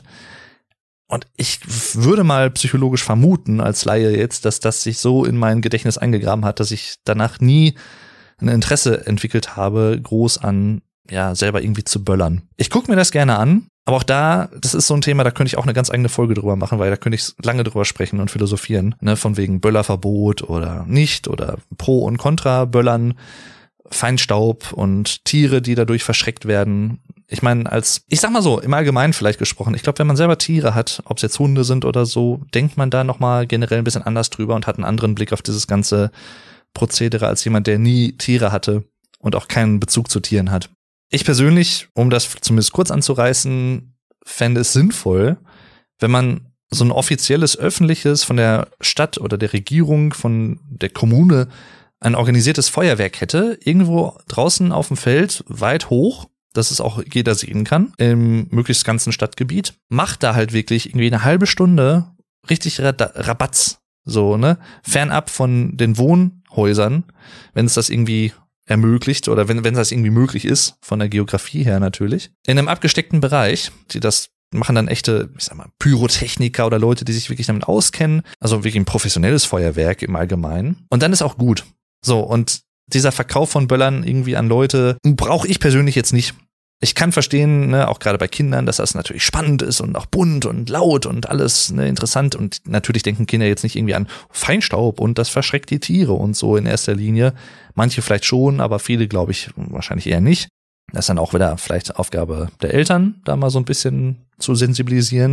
Und ich würde mal psychologisch vermuten, als Laie jetzt, dass das sich so in mein Gedächtnis eingegraben hat, dass ich danach nie ein Interesse entwickelt habe, groß an, ja, selber irgendwie zu böllern. Ich gucke mir das gerne an, aber auch da, das ist so ein Thema, da könnte ich auch eine ganz eigene Folge drüber machen, weil da könnte ich lange drüber sprechen und philosophieren, ne, von wegen Böllerverbot oder nicht oder Pro und Contra Böllern, Feinstaub und Tiere, die dadurch verschreckt werden. Ich meine, ich sag mal so, im Allgemeinen vielleicht gesprochen, ich glaube, wenn man selber Tiere hat, ob es jetzt Hunde sind oder so, denkt man da nochmal generell ein bisschen anders drüber und hat einen anderen Blick auf dieses ganze Prozedere als jemand, der nie Tiere hatte und auch keinen Bezug zu Tieren hat. Ich persönlich, um das zumindest kurz anzureißen, fände es sinnvoll, wenn man so ein offizielles, öffentliches von der Stadt oder der Regierung, von der Kommune ein organisiertes Feuerwerk hätte, irgendwo draußen auf dem Feld, weit hoch, dass es auch jeder sehen kann, im möglichst ganzen Stadtgebiet. Macht da halt wirklich irgendwie eine halbe Stunde richtig Rabatz, so, ne? Fernab von den Wohnhäusern, wenn es das irgendwie ermöglicht oder wenn das irgendwie möglich ist, von der Geografie her natürlich. In einem abgesteckten Bereich, die das machen dann echte, ich sag mal, Pyrotechniker oder Leute, die sich wirklich damit auskennen. Also wirklich ein professionelles Feuerwerk im Allgemeinen. Und dann ist auch gut. So, und dieser Verkauf von Böllern irgendwie an Leute brauche ich persönlich jetzt nicht. Ich kann verstehen, ne, auch gerade bei Kindern, dass das natürlich spannend ist und auch bunt und laut und alles, ne, interessant. Und natürlich denken Kinder jetzt nicht irgendwie an Feinstaub und das verschreckt die Tiere und so in erster Linie. Manche vielleicht schon, aber viele, glaube ich, wahrscheinlich eher nicht. Das ist dann auch wieder vielleicht Aufgabe der Eltern, da mal so ein bisschen zu sensibilisieren.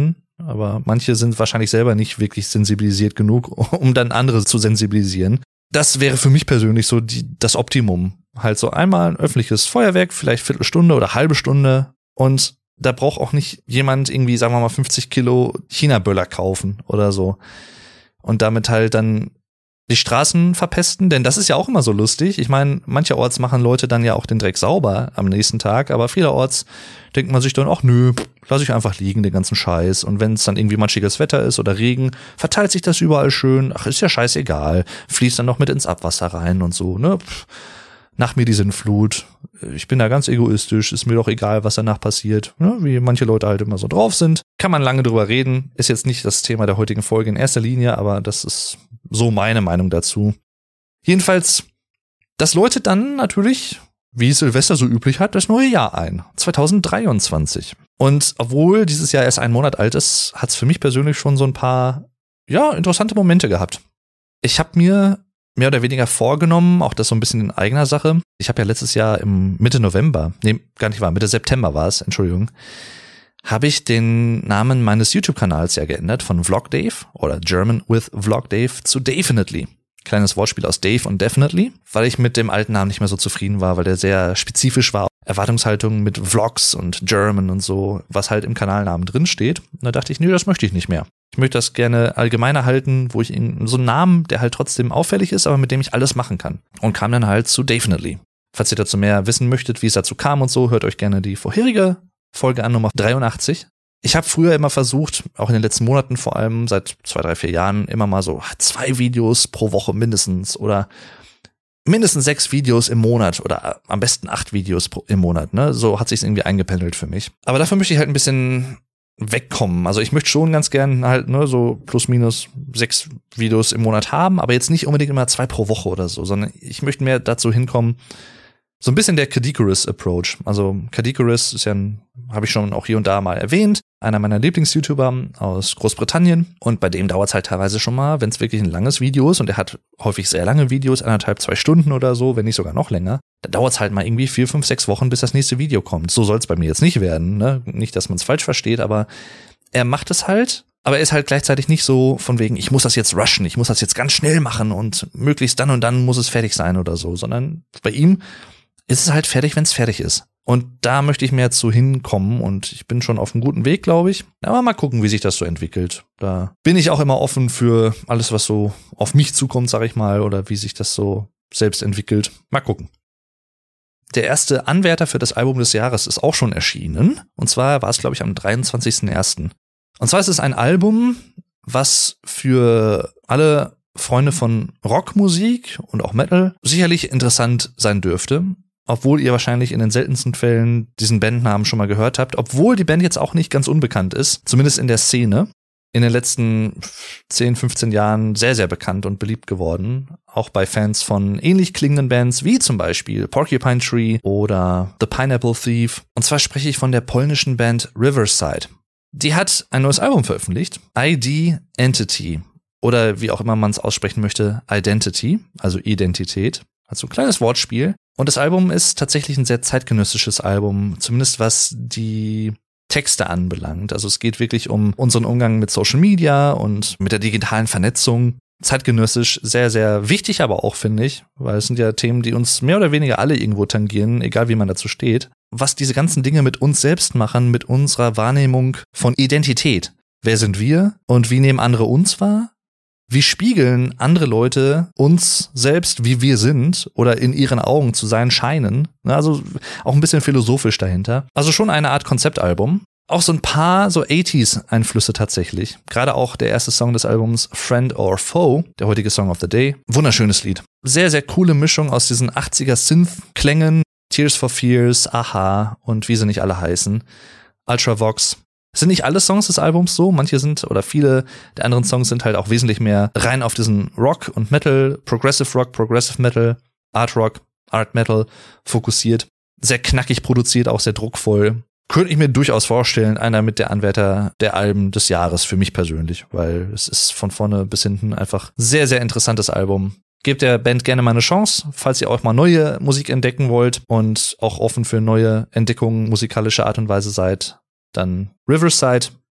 aber manche sind wahrscheinlich selber nicht wirklich sensibilisiert genug, um dann andere zu sensibilisieren. Das wäre für mich persönlich so das Optimum. Halt so einmal ein öffentliches Feuerwerk, vielleicht Viertelstunde oder halbe Stunde, und da braucht auch nicht jemand irgendwie, sagen wir mal, 50 Kilo China-Böller kaufen oder so und damit halt dann die Straßen verpesten, denn das ist ja auch immer so lustig. Ich meine, mancherorts machen Leute dann ja auch den Dreck sauber am nächsten Tag, aber vielerorts denkt man sich dann, ach nö, lass ich einfach liegen, den ganzen Scheiß. Und wenn es dann irgendwie matschiges Wetter ist oder Regen, verteilt sich das überall schön. Ach, ist ja scheißegal. Fließt dann noch mit ins Abwasser rein und so, ne? Nach mir die Sintflut. Ich bin da ganz egoistisch, ist mir doch egal, was danach passiert, ne? Wie manche Leute halt immer so drauf sind. Kann man lange drüber reden, ist jetzt nicht das Thema der heutigen Folge in erster Linie, aber das ist so meine Meinung dazu. Jedenfalls, das läutet dann natürlich, wie Silvester so üblich hat, das neue Jahr ein, 2023. Und obwohl dieses Jahr erst einen Monat alt ist, hat es für mich persönlich schon so ein paar, ja, interessante Momente gehabt. Ich habe mir mehr oder weniger vorgenommen, auch das so ein bisschen in eigener Sache. Ich habe ja letztes Jahr im Mitte September war es, Entschuldigung, habe ich den Namen meines YouTube-Kanals ja geändert von Vlog Dave oder German with Vlog Dave zu Definitely. Kleines Wortspiel aus Dave und Definitely, weil ich mit dem alten Namen nicht mehr so zufrieden war, weil der sehr spezifisch war. Erwartungshaltung mit Vlogs und German und so, was halt im Kanalnamen drin steht. Und da dachte ich, nee, das möchte ich nicht mehr. Ich möchte das gerne allgemeiner halten, wo ich so einen Namen, der halt trotzdem auffällig ist, aber mit dem ich alles machen kann. Und kam dann halt zu Definitely. Falls ihr dazu mehr wissen möchtet, wie es dazu kam und so, hört euch gerne die vorherige Folge an, Nummer 83. Ich habe früher immer versucht, auch in den letzten Monaten vor allem, seit 2, 3, 4 Jahren, immer mal so 2 Videos pro Woche mindestens oder mindestens 6 Videos im Monat oder am besten 8 Videos im Monat, ne? So hat sich's irgendwie eingependelt für mich. Aber dafür möchte ich halt ein bisschen wegkommen. Also ich möchte schon ganz gern halt, ne, so plus minus 6 Videos im Monat haben, aber jetzt nicht unbedingt immer 2 pro Woche oder so, sondern ich möchte mehr dazu hinkommen, so ein bisschen der Kadikorous Approach. Also Kadikorous ist ja habe ich schon auch hier und da mal erwähnt, einer meiner Lieblings-YouTuber aus Großbritannien. Und bei dem dauert es halt teilweise schon mal, wenn es wirklich ein langes Video ist, und er hat häufig sehr lange Videos, 1,5, 2 Stunden oder so, wenn nicht sogar noch länger, dann dauert es halt mal irgendwie 4, 5, 6 Wochen, bis das nächste Video kommt. So soll es bei mir jetzt nicht werden, ne? Nicht, dass man es falsch versteht, aber er macht es halt. Aber er ist halt gleichzeitig nicht so von wegen, ich muss das jetzt rushen, ich muss das jetzt ganz schnell machen und möglichst dann und dann muss es fertig sein oder so, sondern bei ihm ist es halt fertig, wenn es fertig ist. Und da möchte ich mehr zu hinkommen und ich bin schon auf einem guten Weg, glaube ich. Aber mal gucken, wie sich das so entwickelt. Da bin ich auch immer offen für alles, was so auf mich zukommt, sag ich mal, oder wie sich das so selbst entwickelt. Mal gucken. Der erste Anwärter für das Album des Jahres ist auch schon erschienen. Und zwar war es, glaube ich, am 23.01. Und zwar ist es ein Album, was für alle Freunde von Rockmusik und auch Metal sicherlich interessant sein dürfte. Obwohl ihr wahrscheinlich in den seltensten Fällen diesen Bandnamen schon mal gehört habt, obwohl die Band jetzt auch nicht ganz unbekannt ist, zumindest in der Szene. In den letzten 10, 15 Jahren sehr, sehr bekannt und beliebt geworden. Auch bei Fans von ähnlich klingenden Bands wie zum Beispiel Porcupine Tree oder The Pineapple Thief. Und zwar spreche ich von der polnischen Band Riverside. Die hat ein neues Album veröffentlicht, ID Entity. Oder wie auch immer man es aussprechen möchte, Identity, also Identität. Also ein kleines Wortspiel. Und das Album ist tatsächlich ein sehr zeitgenössisches Album, zumindest was die Texte anbelangt. Also es geht wirklich um unseren Umgang mit Social Media und mit der digitalen Vernetzung. Zeitgenössisch sehr, sehr wichtig, aber auch, finde ich, weil es sind ja Themen, die uns mehr oder weniger alle irgendwo tangieren, egal wie man dazu steht. Was diese ganzen Dinge mit uns selbst machen, mit unserer Wahrnehmung von Identität. Wer sind wir und wie nehmen andere uns wahr? Wie spiegeln andere Leute uns selbst, wie wir sind oder in ihren Augen zu sein scheinen? Also auch ein bisschen philosophisch dahinter. Also schon eine Art Konzeptalbum. Auch so ein paar so 80s-Einflüsse tatsächlich. Gerade auch der erste Song des Albums Friend or Foe, der heutige Song of the Day. Wunderschönes Lied. Sehr, sehr coole Mischung aus diesen 80er Synth-Klängen. Tears for Fears, Aha und wie sie nicht alle heißen. Ultravox. Es sind nicht alle Songs des Albums so, manche sind oder viele der anderen Songs sind halt auch wesentlich mehr rein auf diesen Rock und Metal, Progressive Metal, Art Rock, Art Metal fokussiert. Sehr knackig produziert, auch sehr druckvoll. Könnte ich mir durchaus vorstellen, einer mit der Anwärter der Alben des Jahres für mich persönlich, weil es ist von vorne bis hinten einfach sehr, sehr interessantes Album. Gebt der Band gerne mal eine Chance, falls ihr auch mal neue Musik entdecken wollt und auch offen für neue Entdeckungen musikalischer Art und Weise seid. Dann Riverside,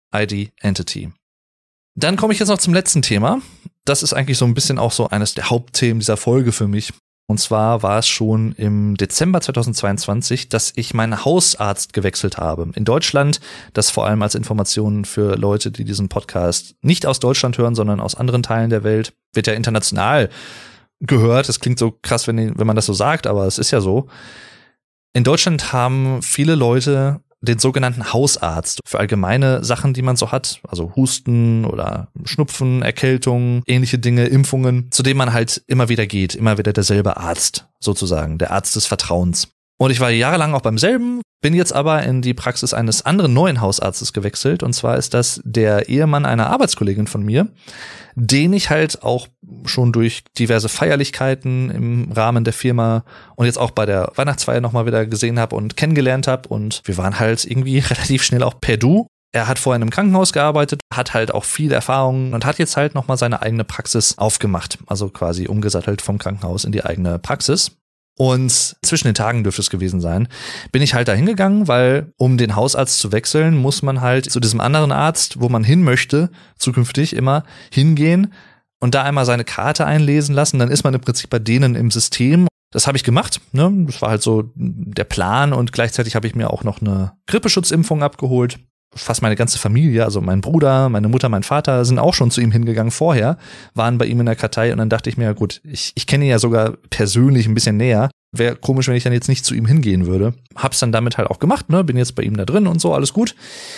ID Entity. Dann komme ich jetzt noch zum letzten Thema. Das ist eigentlich so ein bisschen auch so eines der Hauptthemen dieser Folge für mich. Und zwar war es schon im Dezember 2022, dass ich meinen Hausarzt gewechselt habe. In Deutschland, das vor allem als Information für Leute, die diesen Podcast nicht aus Deutschland hören, sondern aus anderen Teilen der Welt, wird ja international gehört. Das klingt so krass, wenn man das so sagt, aber es ist ja so. In Deutschland haben viele Leute den sogenannten Hausarzt für allgemeine Sachen, die man so hat, also Husten oder Schnupfen, Erkältung, ähnliche Dinge, Impfungen, zu denen man halt immer wieder geht, immer wieder derselbe Arzt sozusagen, der Arzt des Vertrauens. Und ich war jahrelang auch beim selben, bin jetzt aber in die Praxis eines anderen neuen Hausarztes gewechselt. Und zwar ist das der Ehemann einer Arbeitskollegin von mir, den ich halt auch schon durch diverse Feierlichkeiten im Rahmen der Firma und jetzt auch bei der Weihnachtsfeier nochmal wieder gesehen habe und kennengelernt habe. Und wir waren halt irgendwie relativ schnell auch per Du. Er hat vorher in einem Krankenhaus gearbeitet, hat halt auch viel Erfahrung und hat jetzt halt nochmal seine eigene Praxis aufgemacht. Also quasi umgesattelt vom Krankenhaus in die eigene Praxis. Und zwischen den Tagen dürfte es gewesen sein, bin ich halt da hingegangen, weil um den Hausarzt zu wechseln, muss man halt zu diesem anderen Arzt, wo man hin möchte, zukünftig immer hingehen und da einmal seine Karte einlesen lassen. Dann ist man im Prinzip bei denen im System. Das habe ich gemacht, ne? Das war halt so der Plan und gleichzeitig habe ich mir auch noch eine Grippeschutzimpfung abgeholt. Fast meine ganze Familie, also mein Bruder, meine Mutter, mein Vater sind auch schon zu ihm hingegangen vorher, waren bei ihm in der Kartei und dann dachte ich mir, gut, ich kenne ihn ja sogar persönlich ein bisschen näher. Wäre komisch, wenn ich dann jetzt nicht zu ihm hingehen würde. Hab's dann damit halt auch gemacht, ne? Bin jetzt bei ihm da drin und so, alles gut.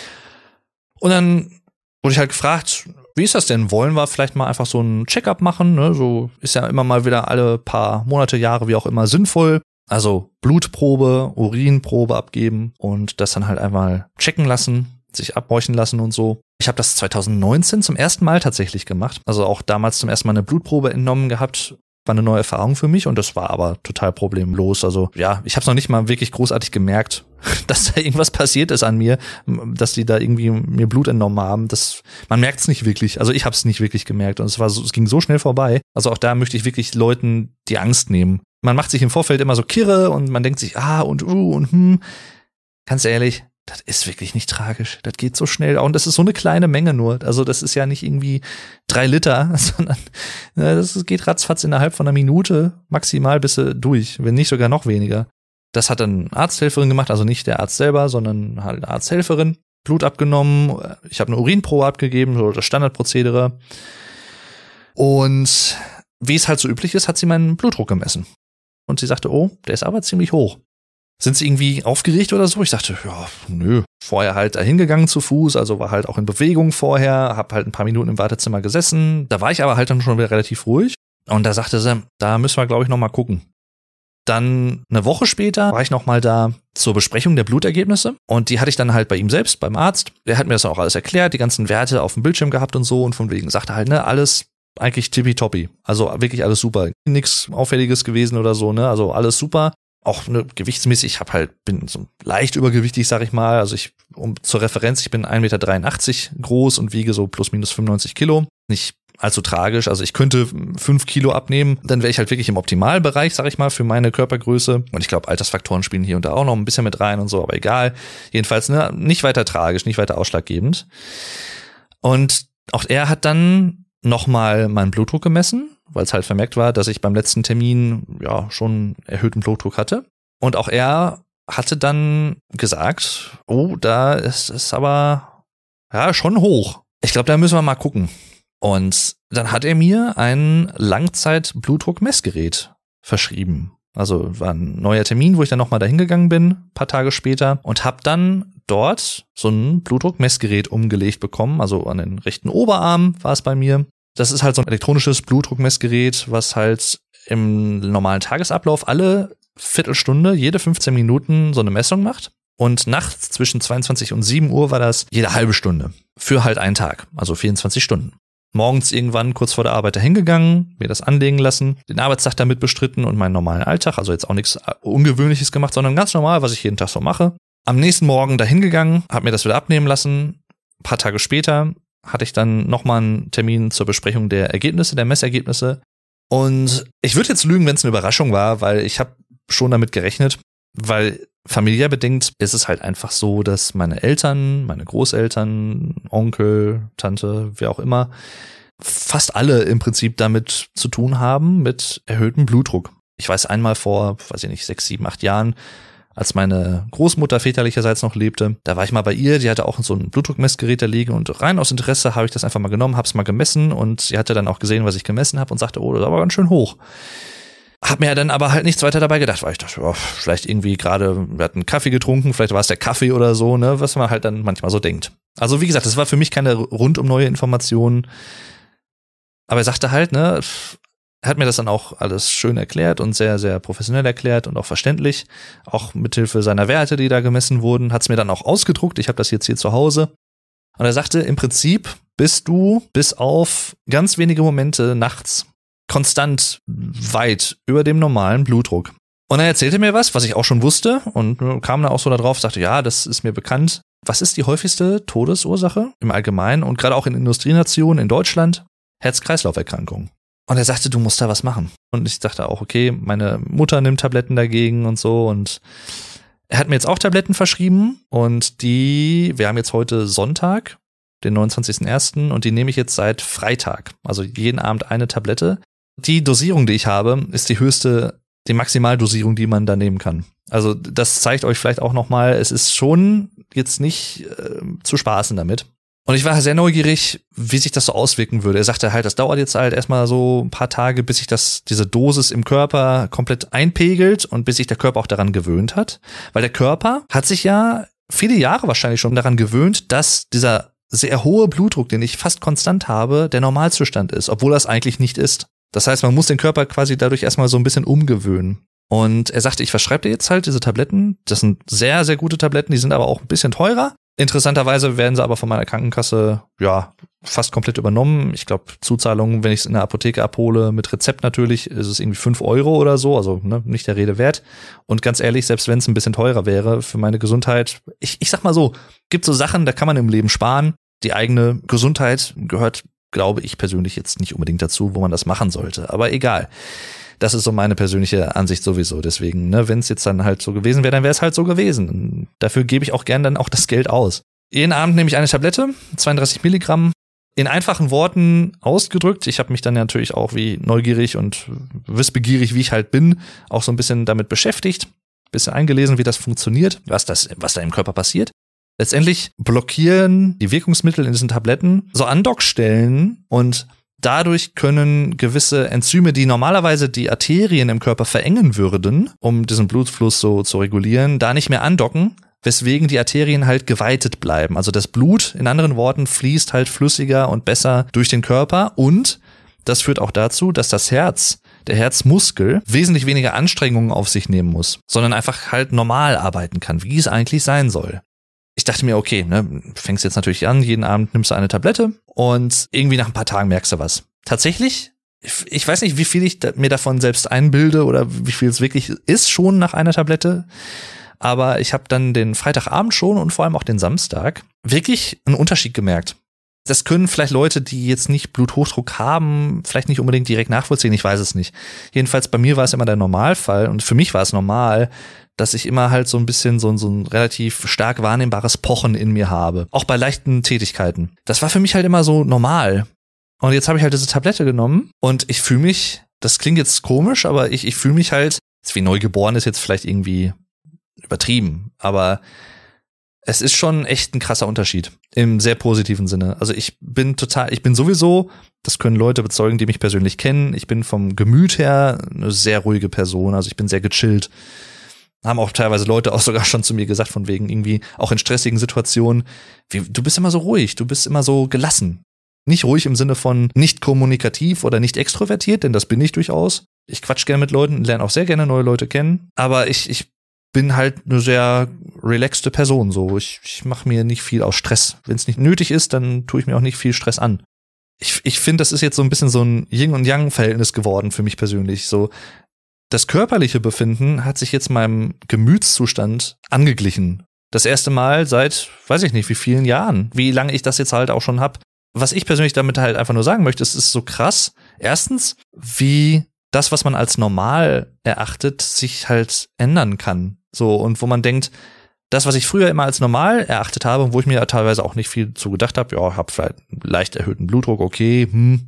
Und dann wurde ich halt gefragt, wie ist das denn? Wollen wir vielleicht mal einfach so einen Check-up machen? Ne? So ist ja immer mal wieder alle paar Monate, Jahre, wie auch immer, sinnvoll. Also Blutprobe, Urinprobe abgeben und das dann halt einmal checken lassen, sich abhorchen lassen und so. Ich habe das 2019 zum ersten Mal tatsächlich gemacht. Also auch damals zum ersten Mal eine Blutprobe entnommen gehabt. War eine neue Erfahrung für mich und das war aber total problemlos. Also ja, ich habe es noch nicht mal wirklich großartig gemerkt, dass da irgendwas passiert ist an mir, dass die da irgendwie mir Blut entnommen haben. Man merkt es nicht wirklich. Also ich habe es nicht wirklich gemerkt und es ging so schnell vorbei. Also auch da möchte ich wirklich Leuten die Angst nehmen. Man macht sich im Vorfeld immer so kirre und man denkt sich, und Ganz ehrlich, das ist wirklich nicht tragisch. Das geht so schnell. Und das ist so eine kleine Menge nur. Also das ist ja nicht irgendwie 3 Liter, sondern das geht ratzfatz innerhalb von einer Minute maximal bist du durch, wenn nicht sogar noch weniger. Das hat dann eine Arzthelferin gemacht, also nicht der Arzt selber, sondern halt eine Arzthelferin. Blut abgenommen, ich habe eine Urinprobe abgegeben, so das Standardprozedere. Und wie es halt so üblich ist, hat sie meinen Blutdruck gemessen. Und sie sagte, oh, der ist aber ziemlich hoch. Sind sie irgendwie aufgeregt oder so? Ich dachte, ja, nö. Vorher halt da hingegangen zu Fuß, also war halt auch in Bewegung vorher, hab halt ein paar Minuten im Wartezimmer gesessen. Da war ich aber halt dann schon wieder relativ ruhig. Und da sagte sie, da müssen wir, glaube ich, noch mal gucken. Dann eine Woche später war ich noch mal da zur Besprechung der Blutergebnisse. Und die hatte ich dann halt bei ihm selbst, beim Arzt. Der hat mir das auch alles erklärt, die ganzen Werte auf dem Bildschirm gehabt und so. Und von wegen sagte halt, ne, alles eigentlich tippitoppi. Also wirklich alles super. Nichts Auffälliges gewesen oder so, ne? Also alles super. Auch ne, gewichtsmäßig, bin so leicht übergewichtig, sag ich mal. Also zur Referenz, ich bin 1,83 Meter groß und wiege so plus minus 95 Kilo. Nicht allzu tragisch. Also ich könnte 5 Kilo abnehmen, dann wäre ich halt wirklich im Optimalbereich, sag ich mal, für meine Körpergröße. Und ich glaube, Altersfaktoren spielen hier und da auch noch ein bisschen mit rein und so, aber egal. Jedenfalls, ne, nicht weiter tragisch, nicht weiter ausschlaggebend. Und auch er hat dann nochmal meinen Blutdruck gemessen, weil es halt vermerkt war, dass ich beim letzten Termin ja schon erhöhten Blutdruck hatte. Und auch er hatte dann gesagt, oh, da ist es aber ja schon hoch. Ich glaube, da müssen wir mal gucken. Und dann hat er mir ein Langzeit-Blutdruck-Messgerät verschrieben. Also war ein neuer Termin, wo ich dann nochmal dahin gegangen bin, ein paar Tage später, und habe dann dort so ein Blutdruck-Messgerät umgelegt bekommen. Also an den rechten Oberarm war es bei mir. Das ist halt so ein elektronisches Blutdruckmessgerät, was halt im normalen Tagesablauf alle Viertelstunde, jede 15 Minuten so eine Messung macht. Und nachts zwischen 22 und 7 Uhr war das jede halbe Stunde. Für halt einen Tag, also 24 Stunden. Morgens irgendwann kurz vor der Arbeit dahin gegangen, mir das anlegen lassen, den Arbeitstag damit bestritten und meinen normalen Alltag, also jetzt auch nichts Ungewöhnliches gemacht, sondern ganz normal, was ich jeden Tag so mache. Am nächsten Morgen dahin gegangen, habe mir das wieder abnehmen lassen. Ein paar Tage später hatte ich dann nochmal einen Termin zur Besprechung der Ergebnisse, der Messergebnisse. Und ich würde jetzt lügen, wenn es eine Überraschung war, weil ich habe schon damit gerechnet, weil familiär bedingt ist es halt einfach so, dass meine Eltern, meine Großeltern, Onkel, Tante, wer auch immer, fast alle im Prinzip damit zu tun haben, mit erhöhtem Blutdruck. Ich weiß einmal vor, 6, 7, 8 Jahren, als meine Großmutter väterlicherseits noch lebte, da war ich mal bei ihr, die hatte auch so ein Blutdruckmessgerät da liegen und rein aus Interesse habe ich das einfach mal genommen, hab's mal gemessen und sie hatte dann auch gesehen, was ich gemessen habe und sagte, oh, das ist aber ganz schön hoch. Hab mir dann aber halt nichts weiter dabei gedacht, weil ich dachte, oh, vielleicht irgendwie gerade, wir hatten Kaffee getrunken, vielleicht war es der Kaffee oder so, ne, was man halt dann manchmal so denkt. Also wie gesagt, das war für mich keine rundum neue Information, aber er sagte halt, ne, er hat mir das dann auch alles schön erklärt und sehr, sehr professionell erklärt und auch verständlich. Auch mithilfe seiner Werte, die da gemessen wurden, hat es mir dann auch ausgedruckt. Ich habe das jetzt hier zu Hause. Und er sagte, im Prinzip bist du bis auf ganz wenige Momente nachts konstant weit über dem normalen Blutdruck. Und er erzählte mir was ich auch schon wusste und kam dann auch so darauf, sagte, ja, das ist mir bekannt. Was ist die häufigste Todesursache im Allgemeinen und gerade auch in Industrienationen in Deutschland? Herz-Kreislauf-Erkrankungen. Und er sagte, du musst da was machen. Und ich dachte auch, okay, meine Mutter nimmt Tabletten dagegen und so. Und er hat mir jetzt auch Tabletten verschrieben. Und wir haben jetzt heute Sonntag, den 29.01. und die nehme ich jetzt seit Freitag. Also jeden Abend eine Tablette. Die Dosierung, die ich habe, ist die höchste, die Maximaldosierung, die man da nehmen kann. Also das zeigt euch vielleicht auch nochmal, es ist schon jetzt nicht zu spaßen damit. Und ich war sehr neugierig, wie sich das so auswirken würde. Er sagte halt, das dauert jetzt halt erstmal so ein paar Tage, bis sich diese Dosis im Körper komplett einpegelt und bis sich der Körper auch daran gewöhnt hat. Weil der Körper hat sich ja viele Jahre wahrscheinlich schon daran gewöhnt, dass dieser sehr hohe Blutdruck, den ich fast konstant habe, der Normalzustand ist, obwohl das eigentlich nicht ist. Das heißt, man muss den Körper quasi dadurch erstmal so ein bisschen umgewöhnen. Und er sagte, ich verschreibe dir jetzt halt diese Tabletten. Das sind sehr, sehr gute Tabletten, die sind aber auch ein bisschen teurer. Interessanterweise werden sie aber von meiner Krankenkasse ja fast komplett übernommen. Ich glaube, Zuzahlungen, wenn ich es in der Apotheke abhole, mit Rezept natürlich, ist es irgendwie 5 Euro oder so, also ne, nicht der Rede wert. Und ganz ehrlich, selbst wenn es ein bisschen teurer wäre für meine Gesundheit, ich sag mal so, gibt so Sachen, da kann man im Leben sparen. Die eigene Gesundheit gehört, glaube ich persönlich, jetzt nicht unbedingt dazu, wo man das machen sollte. Aber egal. Das ist so meine persönliche Ansicht sowieso. Deswegen, ne, wenn es jetzt dann halt so gewesen wäre, dann wäre es halt so gewesen. Und dafür gebe ich auch gern dann auch das Geld aus. Jeden Abend nehme ich eine Tablette, 32 Milligramm. In einfachen Worten ausgedrückt. Ich habe mich dann natürlich auch wie neugierig und wissbegierig, wie ich halt bin, auch so ein bisschen damit beschäftigt. Bisschen eingelesen, wie das funktioniert, was da im Körper passiert. Letztendlich blockieren die Wirkungsmittel in diesen Tabletten so Andockstellen und dadurch können gewisse Enzyme, die normalerweise die Arterien im Körper verengen würden, um diesen Blutfluss so zu regulieren, da nicht mehr andocken, weswegen die Arterien halt geweitet bleiben. Also das Blut, in anderen Worten, fließt halt flüssiger und besser durch den Körper und das führt auch dazu, dass das Herz, der Herzmuskel, wesentlich weniger Anstrengungen auf sich nehmen muss, sondern einfach halt normal arbeiten kann, wie es eigentlich sein soll. Ich dachte mir, okay, ne, fängst jetzt natürlich an, jeden Abend nimmst du eine Tablette und irgendwie nach ein paar Tagen merkst du was. Tatsächlich, ich weiß nicht, wie viel ich mir davon selbst einbilde oder wie viel es wirklich ist schon nach einer Tablette, aber ich habe dann den Freitagabend schon und vor allem auch den Samstag wirklich einen Unterschied gemerkt. Das können vielleicht Leute, die jetzt nicht Bluthochdruck haben, vielleicht nicht unbedingt direkt nachvollziehen, ich weiß es nicht. Jedenfalls bei mir war es immer der Normalfall und für mich war es normal, dass ich immer halt so ein bisschen so ein relativ stark wahrnehmbares Pochen in mir habe. Auch bei leichten Tätigkeiten. Das war für mich halt immer so normal. Und jetzt habe ich halt diese Tablette genommen und ich fühle mich, das klingt jetzt komisch, aber ich fühle mich halt, wie neugeboren ist jetzt vielleicht irgendwie übertrieben, aber es ist schon echt ein krasser Unterschied. Im sehr positiven Sinne. Also ich bin sowieso, das können Leute bezeugen, die mich persönlich kennen, ich bin vom Gemüt her eine sehr ruhige Person, also ich bin sehr gechillt. Haben auch teilweise Leute auch sogar schon zu mir gesagt, von wegen irgendwie, auch in stressigen Situationen, du bist immer so ruhig, du bist immer so gelassen. Nicht ruhig im Sinne von nicht kommunikativ oder nicht extrovertiert, denn das bin ich durchaus. Ich quatsch gerne mit Leuten, lerne auch sehr gerne neue Leute kennen, aber ich bin halt eine sehr relaxte Person, so. Ich mache mir nicht viel aus Stress. Wenn es nicht nötig ist, dann tue ich mir auch nicht viel Stress an. Ich finde, das ist jetzt so ein bisschen so ein Yin- und Yang-Verhältnis geworden für mich persönlich, so. Das körperliche Befinden hat sich jetzt meinem Gemütszustand angeglichen. Das erste Mal seit, weiß ich nicht, wie vielen Jahren. Wie lange ich das jetzt halt auch schon hab. Was ich persönlich damit halt einfach nur sagen möchte, es ist so krass. Erstens, wie das, was man als normal erachtet, sich halt ändern kann. So, und wo man denkt, das, was ich früher immer als normal erachtet habe und wo ich mir ja teilweise auch nicht viel zu gedacht habe, ja, hab vielleicht einen leicht erhöhten Blutdruck, okay,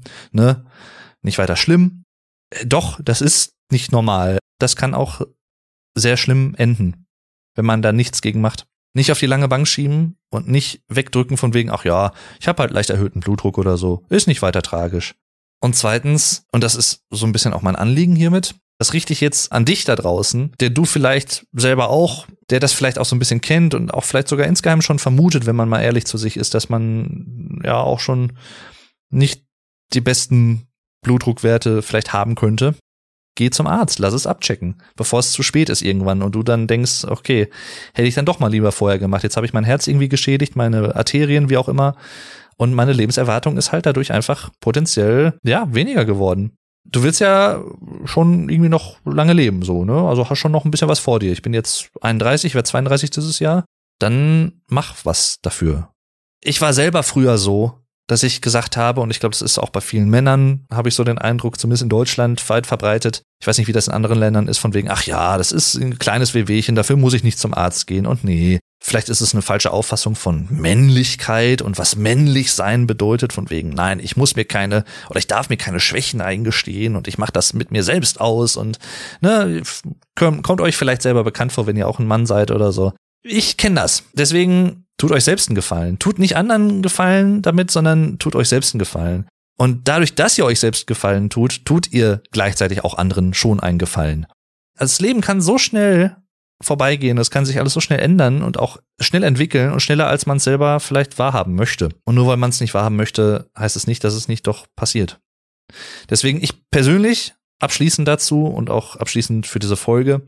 ne, nicht weiter schlimm. Doch, das ist nicht normal. Das kann auch sehr schlimm enden, wenn man da nichts gegen macht. Nicht auf die lange Bank schieben und nicht wegdrücken von wegen, ach ja, ich habe halt leicht erhöhten Blutdruck oder so. Ist nicht weiter tragisch. Und zweitens, und das ist so ein bisschen auch mein Anliegen hiermit, das richte ich jetzt an dich da draußen, der du vielleicht selber auch, der das vielleicht auch so ein bisschen kennt und auch vielleicht sogar insgeheim schon vermutet, wenn man mal ehrlich zu sich ist, dass man ja auch schon nicht die besten Blutdruckwerte vielleicht haben könnte. Geh zum Arzt, lass es abchecken, bevor es zu spät ist irgendwann und du dann denkst, okay, hätte ich dann doch mal lieber vorher gemacht. Jetzt habe ich mein Herz irgendwie geschädigt, meine Arterien, wie auch immer. Und meine Lebenserwartung ist halt dadurch einfach potenziell, ja, weniger geworden. Du willst ja schon irgendwie noch lange leben, so, ne? Also hast schon noch ein bisschen was vor dir. Ich bin jetzt 31, werde 32 dieses Jahr. Dann mach was dafür. Ich war selber früher so, dass ich gesagt habe, und ich glaube, das ist auch bei vielen Männern, habe ich so den Eindruck, zumindest in Deutschland weit verbreitet. Ich weiß nicht, wie das in anderen Ländern ist, von wegen, ach ja, das ist ein kleines Wehwehchen, dafür muss ich nicht zum Arzt gehen. Und nee, vielleicht ist es eine falsche Auffassung von Männlichkeit und was männlich sein bedeutet, von wegen, nein, ich muss mir keine, oder ich darf mir keine Schwächen eingestehen und ich mache das mit mir selbst aus und, ne, kommt euch vielleicht selber bekannt vor, wenn ihr auch ein Mann seid oder so. Ich kenne das. Deswegen tut euch selbst einen Gefallen. Tut nicht anderen Gefallen damit, sondern tut euch selbst einen Gefallen. Und dadurch, dass ihr euch selbst Gefallen tut, tut ihr gleichzeitig auch anderen schon einen Gefallen. Das Leben kann so schnell vorbeigehen, es kann sich alles so schnell ändern und auch schnell entwickeln und schneller, als man es selber vielleicht wahrhaben möchte. Und nur weil man es nicht wahrhaben möchte, heißt es nicht, dass es nicht doch passiert. Deswegen ich persönlich, abschließend dazu und auch abschließend für diese Folge,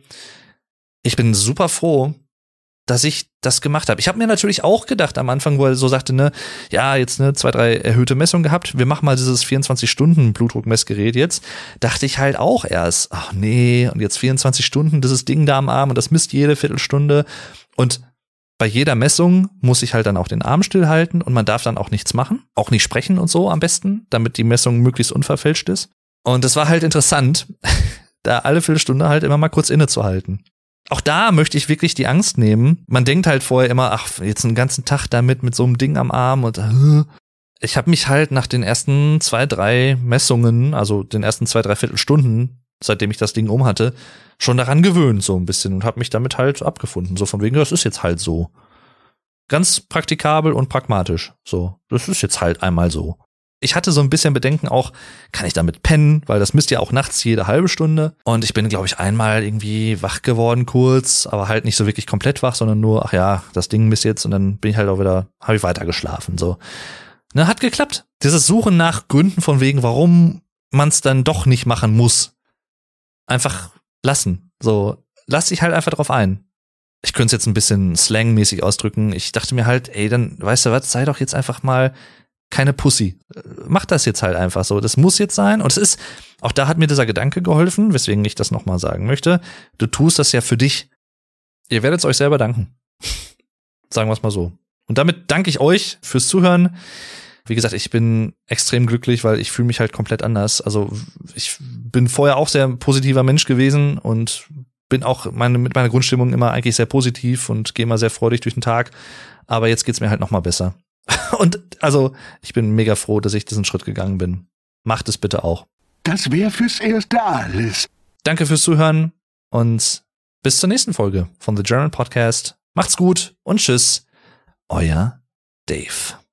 ich bin super froh, dass ich das gemacht habe. Ich habe mir natürlich auch gedacht am Anfang, wo er so sagte, ne, ja, jetzt 2, 3 erhöhte Messungen gehabt, wir machen mal dieses 24-Stunden-Blutdruckmessgerät jetzt, dachte ich halt auch erst, ach nee, und jetzt 24 Stunden dieses Ding da am Arm und das misst jede Viertelstunde und bei jeder Messung muss ich halt dann auch den Arm stillhalten und man darf dann auch nichts machen, auch nicht sprechen und so am besten, damit die Messung möglichst unverfälscht ist. Und das war halt interessant, da alle Viertelstunde halt immer mal kurz innezuhalten. Auch da möchte ich wirklich die Angst nehmen. Man denkt halt vorher immer, ach, jetzt einen ganzen Tag damit mit so einem Ding am Arm und ich habe mich halt nach den ersten 2, 3 Messungen, also den ersten 2, 3 Viertelstunden, seitdem ich das Ding hatte, schon daran gewöhnt so ein bisschen und habe mich damit halt abgefunden. So von wegen, das ist jetzt halt so. Ganz praktikabel und pragmatisch. So, das ist jetzt halt einmal so. Ich hatte so ein bisschen Bedenken auch, kann ich damit pennen, weil das misst ja auch nachts jede halbe Stunde. Und ich bin, glaube ich, einmal irgendwie wach geworden kurz, aber halt nicht so wirklich komplett wach, sondern nur, ach ja, das Ding misst jetzt und dann bin ich halt auch wieder, habe ich weiter geschlafen. So, ne, hat geklappt. Dieses Suchen nach Gründen von wegen, warum man es dann doch nicht machen muss. Einfach lassen. So, lass dich halt einfach drauf ein. Ich könnte es jetzt ein bisschen slangmäßig ausdrücken. Ich dachte mir halt, ey, dann, weißt du was, sei doch jetzt einfach mal keine Pussy. Mach das jetzt halt einfach so. Das muss jetzt sein. Und es ist, auch da hat mir dieser Gedanke geholfen, weswegen ich das nochmal sagen möchte. Du tust das ja für dich. Ihr werdet es euch selber danken. Sagen wir es mal so. Und damit danke ich euch fürs Zuhören. Wie gesagt, ich bin extrem glücklich, weil ich fühle mich halt komplett anders. Also ich bin vorher auch sehr positiver Mensch gewesen und bin auch mit meiner Grundstimmung immer eigentlich sehr positiv und gehe immer sehr freudig durch den Tag. Aber jetzt geht's mir halt nochmal besser. Und also, ich bin mega froh, dass ich diesen Schritt gegangen bin. Macht es bitte auch. Das wäre fürs Erste alles. Danke fürs Zuhören und bis zur nächsten Folge von The German Podcast. Macht's gut und tschüss. Euer Dave.